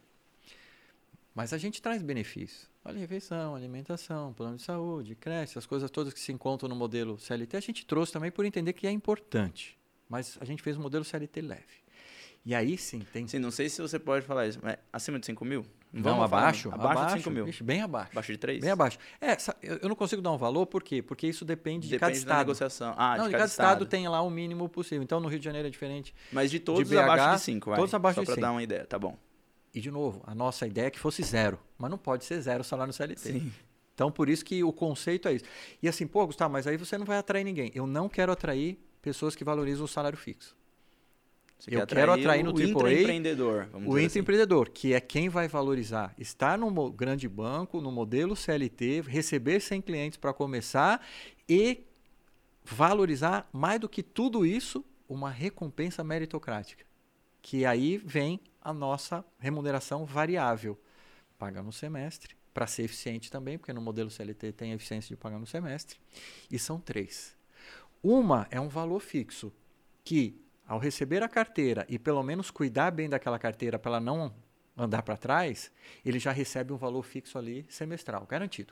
Mas a gente traz benefícios. Vale refeição, alimentação, plano de saúde, creche, as coisas todas que se encontram no modelo C L T, a gente trouxe também por entender que é importante. Mas a gente fez um modelo C L T leve. E aí sim, tem... Sim, não sei se você pode falar isso, mas acima de cinco mil? Não, Vamos falar, abaixo, abaixo, abaixo de cinco mil. Vixe, bem abaixo. Abaixo de três? Bem abaixo. É, sa- eu eu não consigo dar um valor, por quê? Porque isso depende, de cada Depende da estado. negociação. Ah, não, de de cada, cada estado. estado. tem lá o mínimo possível. Então, no Rio de Janeiro é diferente. Mas de todos B H, abaixo de cinco, vai. todos abaixo Só de pra cinco. dar uma ideia, tá bom. E, de novo, a nossa ideia é que fosse zero. Mas não pode ser zero o salário no C L T. Sim. Então, por isso que o conceito é isso. E assim, pô, Gustavo, mas aí você não vai atrair ninguém. Eu não quero atrair pessoas que valorizam o salário fixo. Você Eu quer quero atrair no o triplo A intraempreendedor, vamos o dizer assim. intraempreendedor, que é quem vai valorizar, estar no mo- grande banco, no modelo C L T, receber cem clientes para começar e valorizar, mais do que tudo isso, uma recompensa meritocrática. Que aí vem a nossa remuneração variável. Paga no semestre, para ser eficiente também, porque no modelo C L T tem a eficiência de pagar no semestre. E são três. Uma é um valor fixo, que ao receber a carteira e pelo menos cuidar bem daquela carteira para ela não andar para trás, ele já recebe um valor fixo ali semestral, garantido.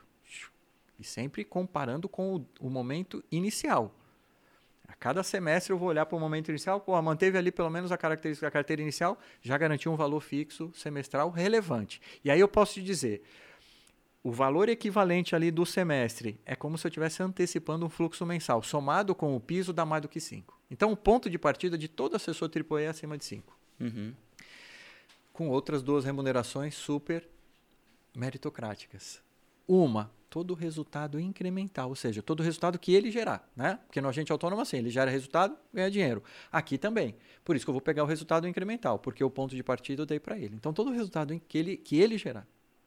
E sempre comparando com o, o momento inicial. A cada semestre eu vou olhar para o momento inicial, pô, manteve ali pelo menos a característica da carteira inicial, já garantiu um valor fixo semestral relevante. E aí eu posso te dizer, o valor equivalente ali do semestre é como se eu estivesse antecipando um fluxo mensal. Somado com o piso, dá mais do que cinco. Então, o ponto de partida de todo assessor triplo A é acima de cinco. Uhum. Com outras duas remunerações super meritocráticas. Uma, todo o resultado incremental, ou seja, todo o resultado que ele gerar, né? Porque no agente autônomo, assim, ele gera resultado, ganha dinheiro. Aqui também. Por isso que eu vou pegar o resultado incremental, porque o ponto de partida eu dei para ele. Então, todo o resultado que ele, que ele gerar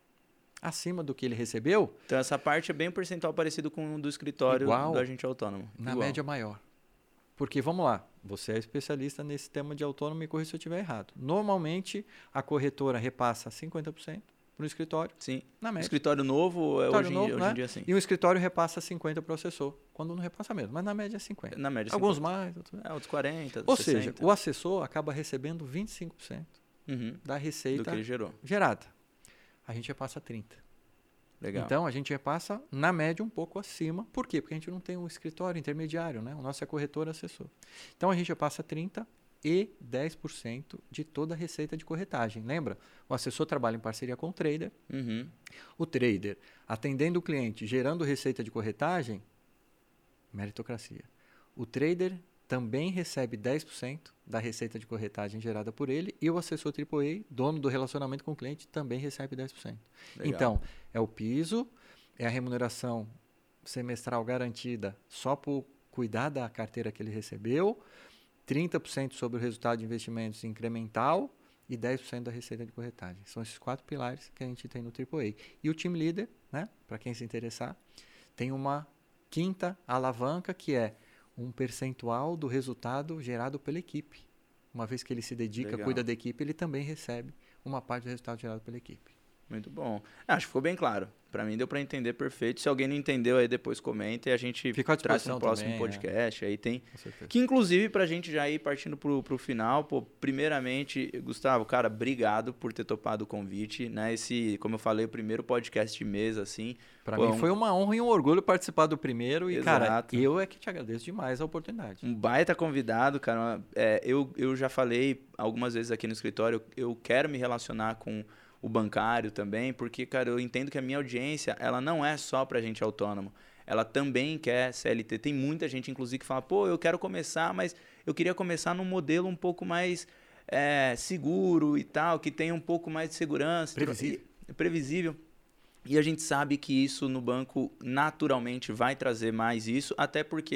acima do que ele recebeu, Então, essa parte é bem um percentual parecido com o do escritório Igual, do agente autônomo. na Igual. média maior. Porque, vamos lá, você é especialista nesse tema de autônomo, me corrija se eu estiver errado. Normalmente, a corretora repassa cinquenta por cento para o escritório, Sim. na média. Escritório novo, é Escritório hoje, em- novo, hoje né? em dia, sim. E o escritório repassa cinquenta para o assessor, quando não repassa mesmo, mas na média é cinquenta. Na média, Alguns cinquenta. mais, outros... É, outros quarenta, Ou sessenta. seja, o assessor acaba recebendo vinte e cinco por cento Uhum. da Do receita que ele gerou. gerada. A gente repassa trinta por cento. Legal. Então, a gente repassa, na média, um pouco acima. Por quê? Porque a gente não tem um escritório intermediário, né? O nosso é corretor assessor. Então, a gente repassa trinta por cento e dez por cento de toda a receita de corretagem. Lembra? O assessor trabalha em parceria com o trader. Uhum. O trader, atendendo o cliente, gerando receita de corretagem, meritocracia. O trader também recebe dez por cento da receita de corretagem gerada por ele e o assessor triplo A, dono do relacionamento com o cliente, também recebe dez por cento. Legal. Então, é o piso, é a remuneração semestral garantida só por cuidar da carteira que ele recebeu, trinta por cento sobre o resultado de investimentos incremental e dez por cento da receita de corretagem. São esses quatro pilares que a gente tem no triplo A. E o Team Leader, né, para quem se interessar, tem uma quinta alavanca que é um percentual do resultado gerado pela equipe. Uma vez que ele se dedica, Legal. cuida da equipe, ele também recebe uma parte do resultado gerado pela equipe. Muito bom. Acho que ficou bem claro. Para mim deu para entender perfeito. Se alguém não entendeu, aí depois comenta e a gente Fica à traz disposição no próximo também, podcast. Aí tem. Com certeza. Que inclusive, pra gente já ir partindo pro, pro final, pô, primeiramente, Gustavo, cara, obrigado por ter topado o convite, né? Esse, como eu falei, o primeiro podcast de mesa, assim. Para Pô, mim um- foi uma honra e um orgulho participar do primeiro. E, cara, Exato. eu é que te agradeço demais a oportunidade. Um baita convidado, cara. É, eu, eu já falei algumas vezes aqui no escritório, eu, eu quero me relacionar com o bancário também, porque, cara, eu entendo que a minha audiência, ela não é só pra gente autônomo. Ela também quer C L T. Tem muita gente, inclusive, que fala, pô, eu quero começar, mas eu queria começar num modelo um pouco mais é, seguro e tal, que tenha um pouco mais de segurança. Previsível. E- previsível. E a gente sabe que isso no banco naturalmente vai trazer mais isso, até porque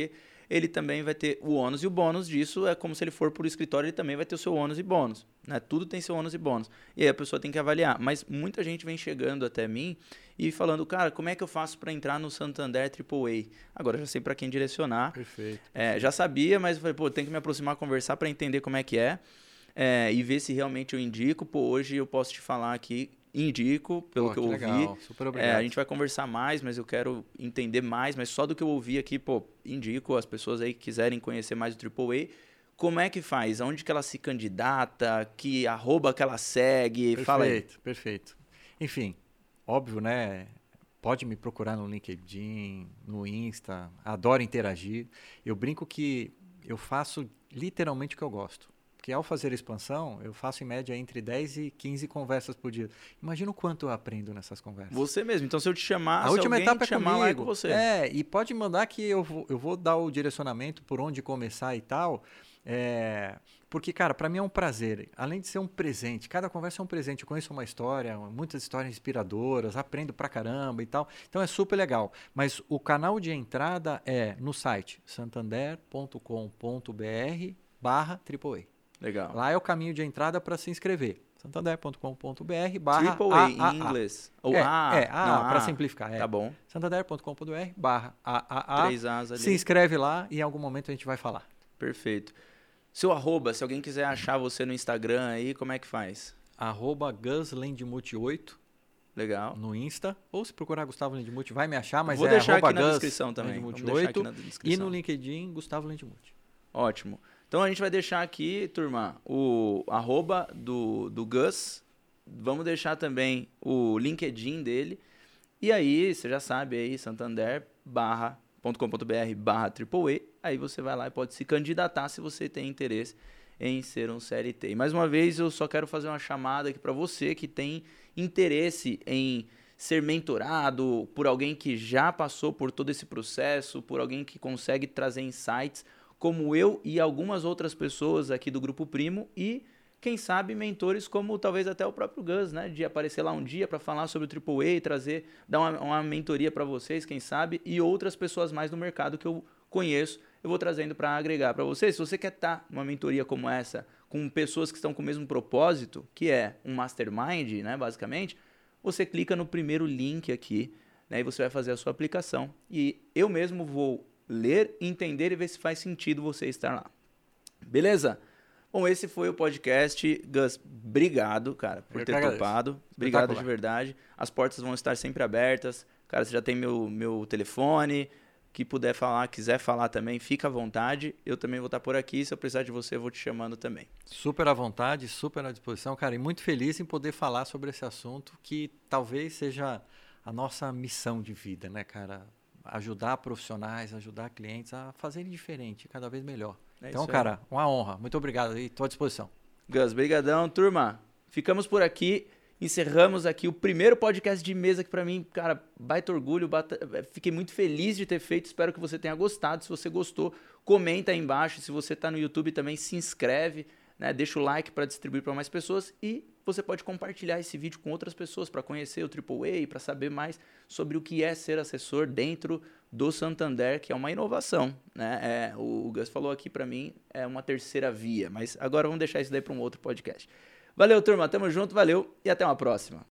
ele também vai ter o ônus e o bônus disso. É como se ele for para o escritório, ele também vai ter o seu ônus e bônus. Né? Tudo tem seu ônus e bônus. E aí a pessoa tem que avaliar. Mas muita gente vem chegando até mim e falando, cara, como é que eu faço para entrar no Santander triplo A? Agora eu já sei para quem direcionar. Perfeito. É, já sabia, mas eu falei, pô, tem que me aproximar, conversar para entender como é que é, é e ver se realmente eu indico. Pô, hoje eu posso te falar aqui, indico, pelo Pô, que eu que ouvi. legal. Super obrigado. É, a gente vai conversar mais, mas eu quero entender mais, mas só do que eu ouvi aqui, pô, indico as pessoas aí que quiserem conhecer mais o triplo A. Como é que faz? Onde que ela se candidata? Que arroba que ela segue? Perfeito, Fala aí. Perfeito. Enfim, óbvio, né? Pode me procurar no LinkedIn, no Insta. Adoro interagir. Eu brinco que eu faço literalmente o que eu gosto. Porque ao fazer a expansão, eu faço em média entre dez e quinze conversas por dia. Imagina o quanto eu aprendo nessas conversas. Você mesmo. Então, se eu te chamar, a se última alguém etapa te é chamar comigo. lá é com você. É, e pode mandar que eu vou, eu vou dar o direcionamento por onde começar e tal. É, porque, cara, para mim é um prazer. Além de ser um presente, cada conversa é um presente. Eu conheço uma história, muitas histórias inspiradoras, aprendo pra caramba e tal. Então é super legal. Mas o canal de entrada é no site santander ponto com ponto br barra triplo A. Legal. Lá é o caminho de entrada para se inscrever. santander ponto com ponto br barra Triple A em inglês. Ou é, A. É, A, para simplificar. É. Tá bom. santander ponto com ponto br barra A A A. Três A's ali. Se inscreve lá e em algum momento a gente vai falar. Perfeito. Seu arroba, se alguém quiser achar você no Instagram aí, como é que faz? Arroba guslandmuth oito. Legal. No Insta. Ou se procurar Gustavo Landmuth, vai me achar, mas Vou é deixar arroba aqui na Gus descrição também. Landmuth Vamos deixar aqui oito, na descrição. E no LinkedIn, Gustavo Landmuth. Ótimo. Então a gente vai deixar aqui, turma, o arroba do, do Gus. Vamos deixar também o LinkedIn dele. E aí, você já sabe aí, santander ponto com ponto br barra triplo A. Aí você vai lá e pode se candidatar se você tem interesse em ser um C L T. E mais uma vez, eu só quero fazer uma chamada aqui para você que tem interesse em ser mentorado por alguém que já passou por todo esse processo, por alguém que consegue trazer insights, como eu e algumas outras pessoas aqui do Grupo Primo, e quem sabe mentores como talvez até o próprio Gus, né? De aparecer lá um dia para falar sobre o triplo A e trazer, dar uma, uma mentoria para vocês, quem sabe, e outras pessoas mais no mercado que eu conheço, eu vou trazendo para agregar para vocês. Se você quer estar numa mentoria como essa, com pessoas que estão com o mesmo propósito, que é um mastermind, né? Basicamente, você clica no primeiro link aqui, né? E você vai fazer a sua aplicação. E eu mesmo vou ler, entender e ver se faz sentido você estar lá. Beleza? Bom, esse foi o podcast. Gus, obrigado, cara, por Eu ter topado. Obrigado de verdade. As portas vão estar sempre abertas. Cara, você já tem meu, meu telefone. Que puder falar, quiser falar também, fica à vontade. Eu também vou estar por aqui. Se eu precisar de você, eu vou te chamando também. Super à vontade, super à disposição, cara. E muito feliz em poder falar sobre esse assunto que talvez seja a nossa missão de vida, né, cara? Ajudar profissionais, ajudar clientes a fazerem diferente, cada vez melhor. É então, cara, uma honra. Muito obrigado e estou à disposição. Gus, brigadão. Turma, ficamos por aqui. Encerramos aqui o primeiro podcast de mesa que para mim, cara, baita orgulho. Bata... Fiquei muito feliz de ter feito. Espero que você tenha gostado. Se você gostou, comenta aí embaixo. Se você está no YouTube também, se inscreve, né? Deixa o like para distribuir para mais pessoas. E você pode compartilhar esse vídeo com outras pessoas para conhecer o triplo A, para saber mais sobre o que é ser assessor dentro do Santander, que é uma inovação, né? É, o Gus falou aqui para mim, é uma terceira via, mas agora vamos deixar isso daí para um outro podcast. Valeu, turma, tamo junto, valeu e até uma próxima.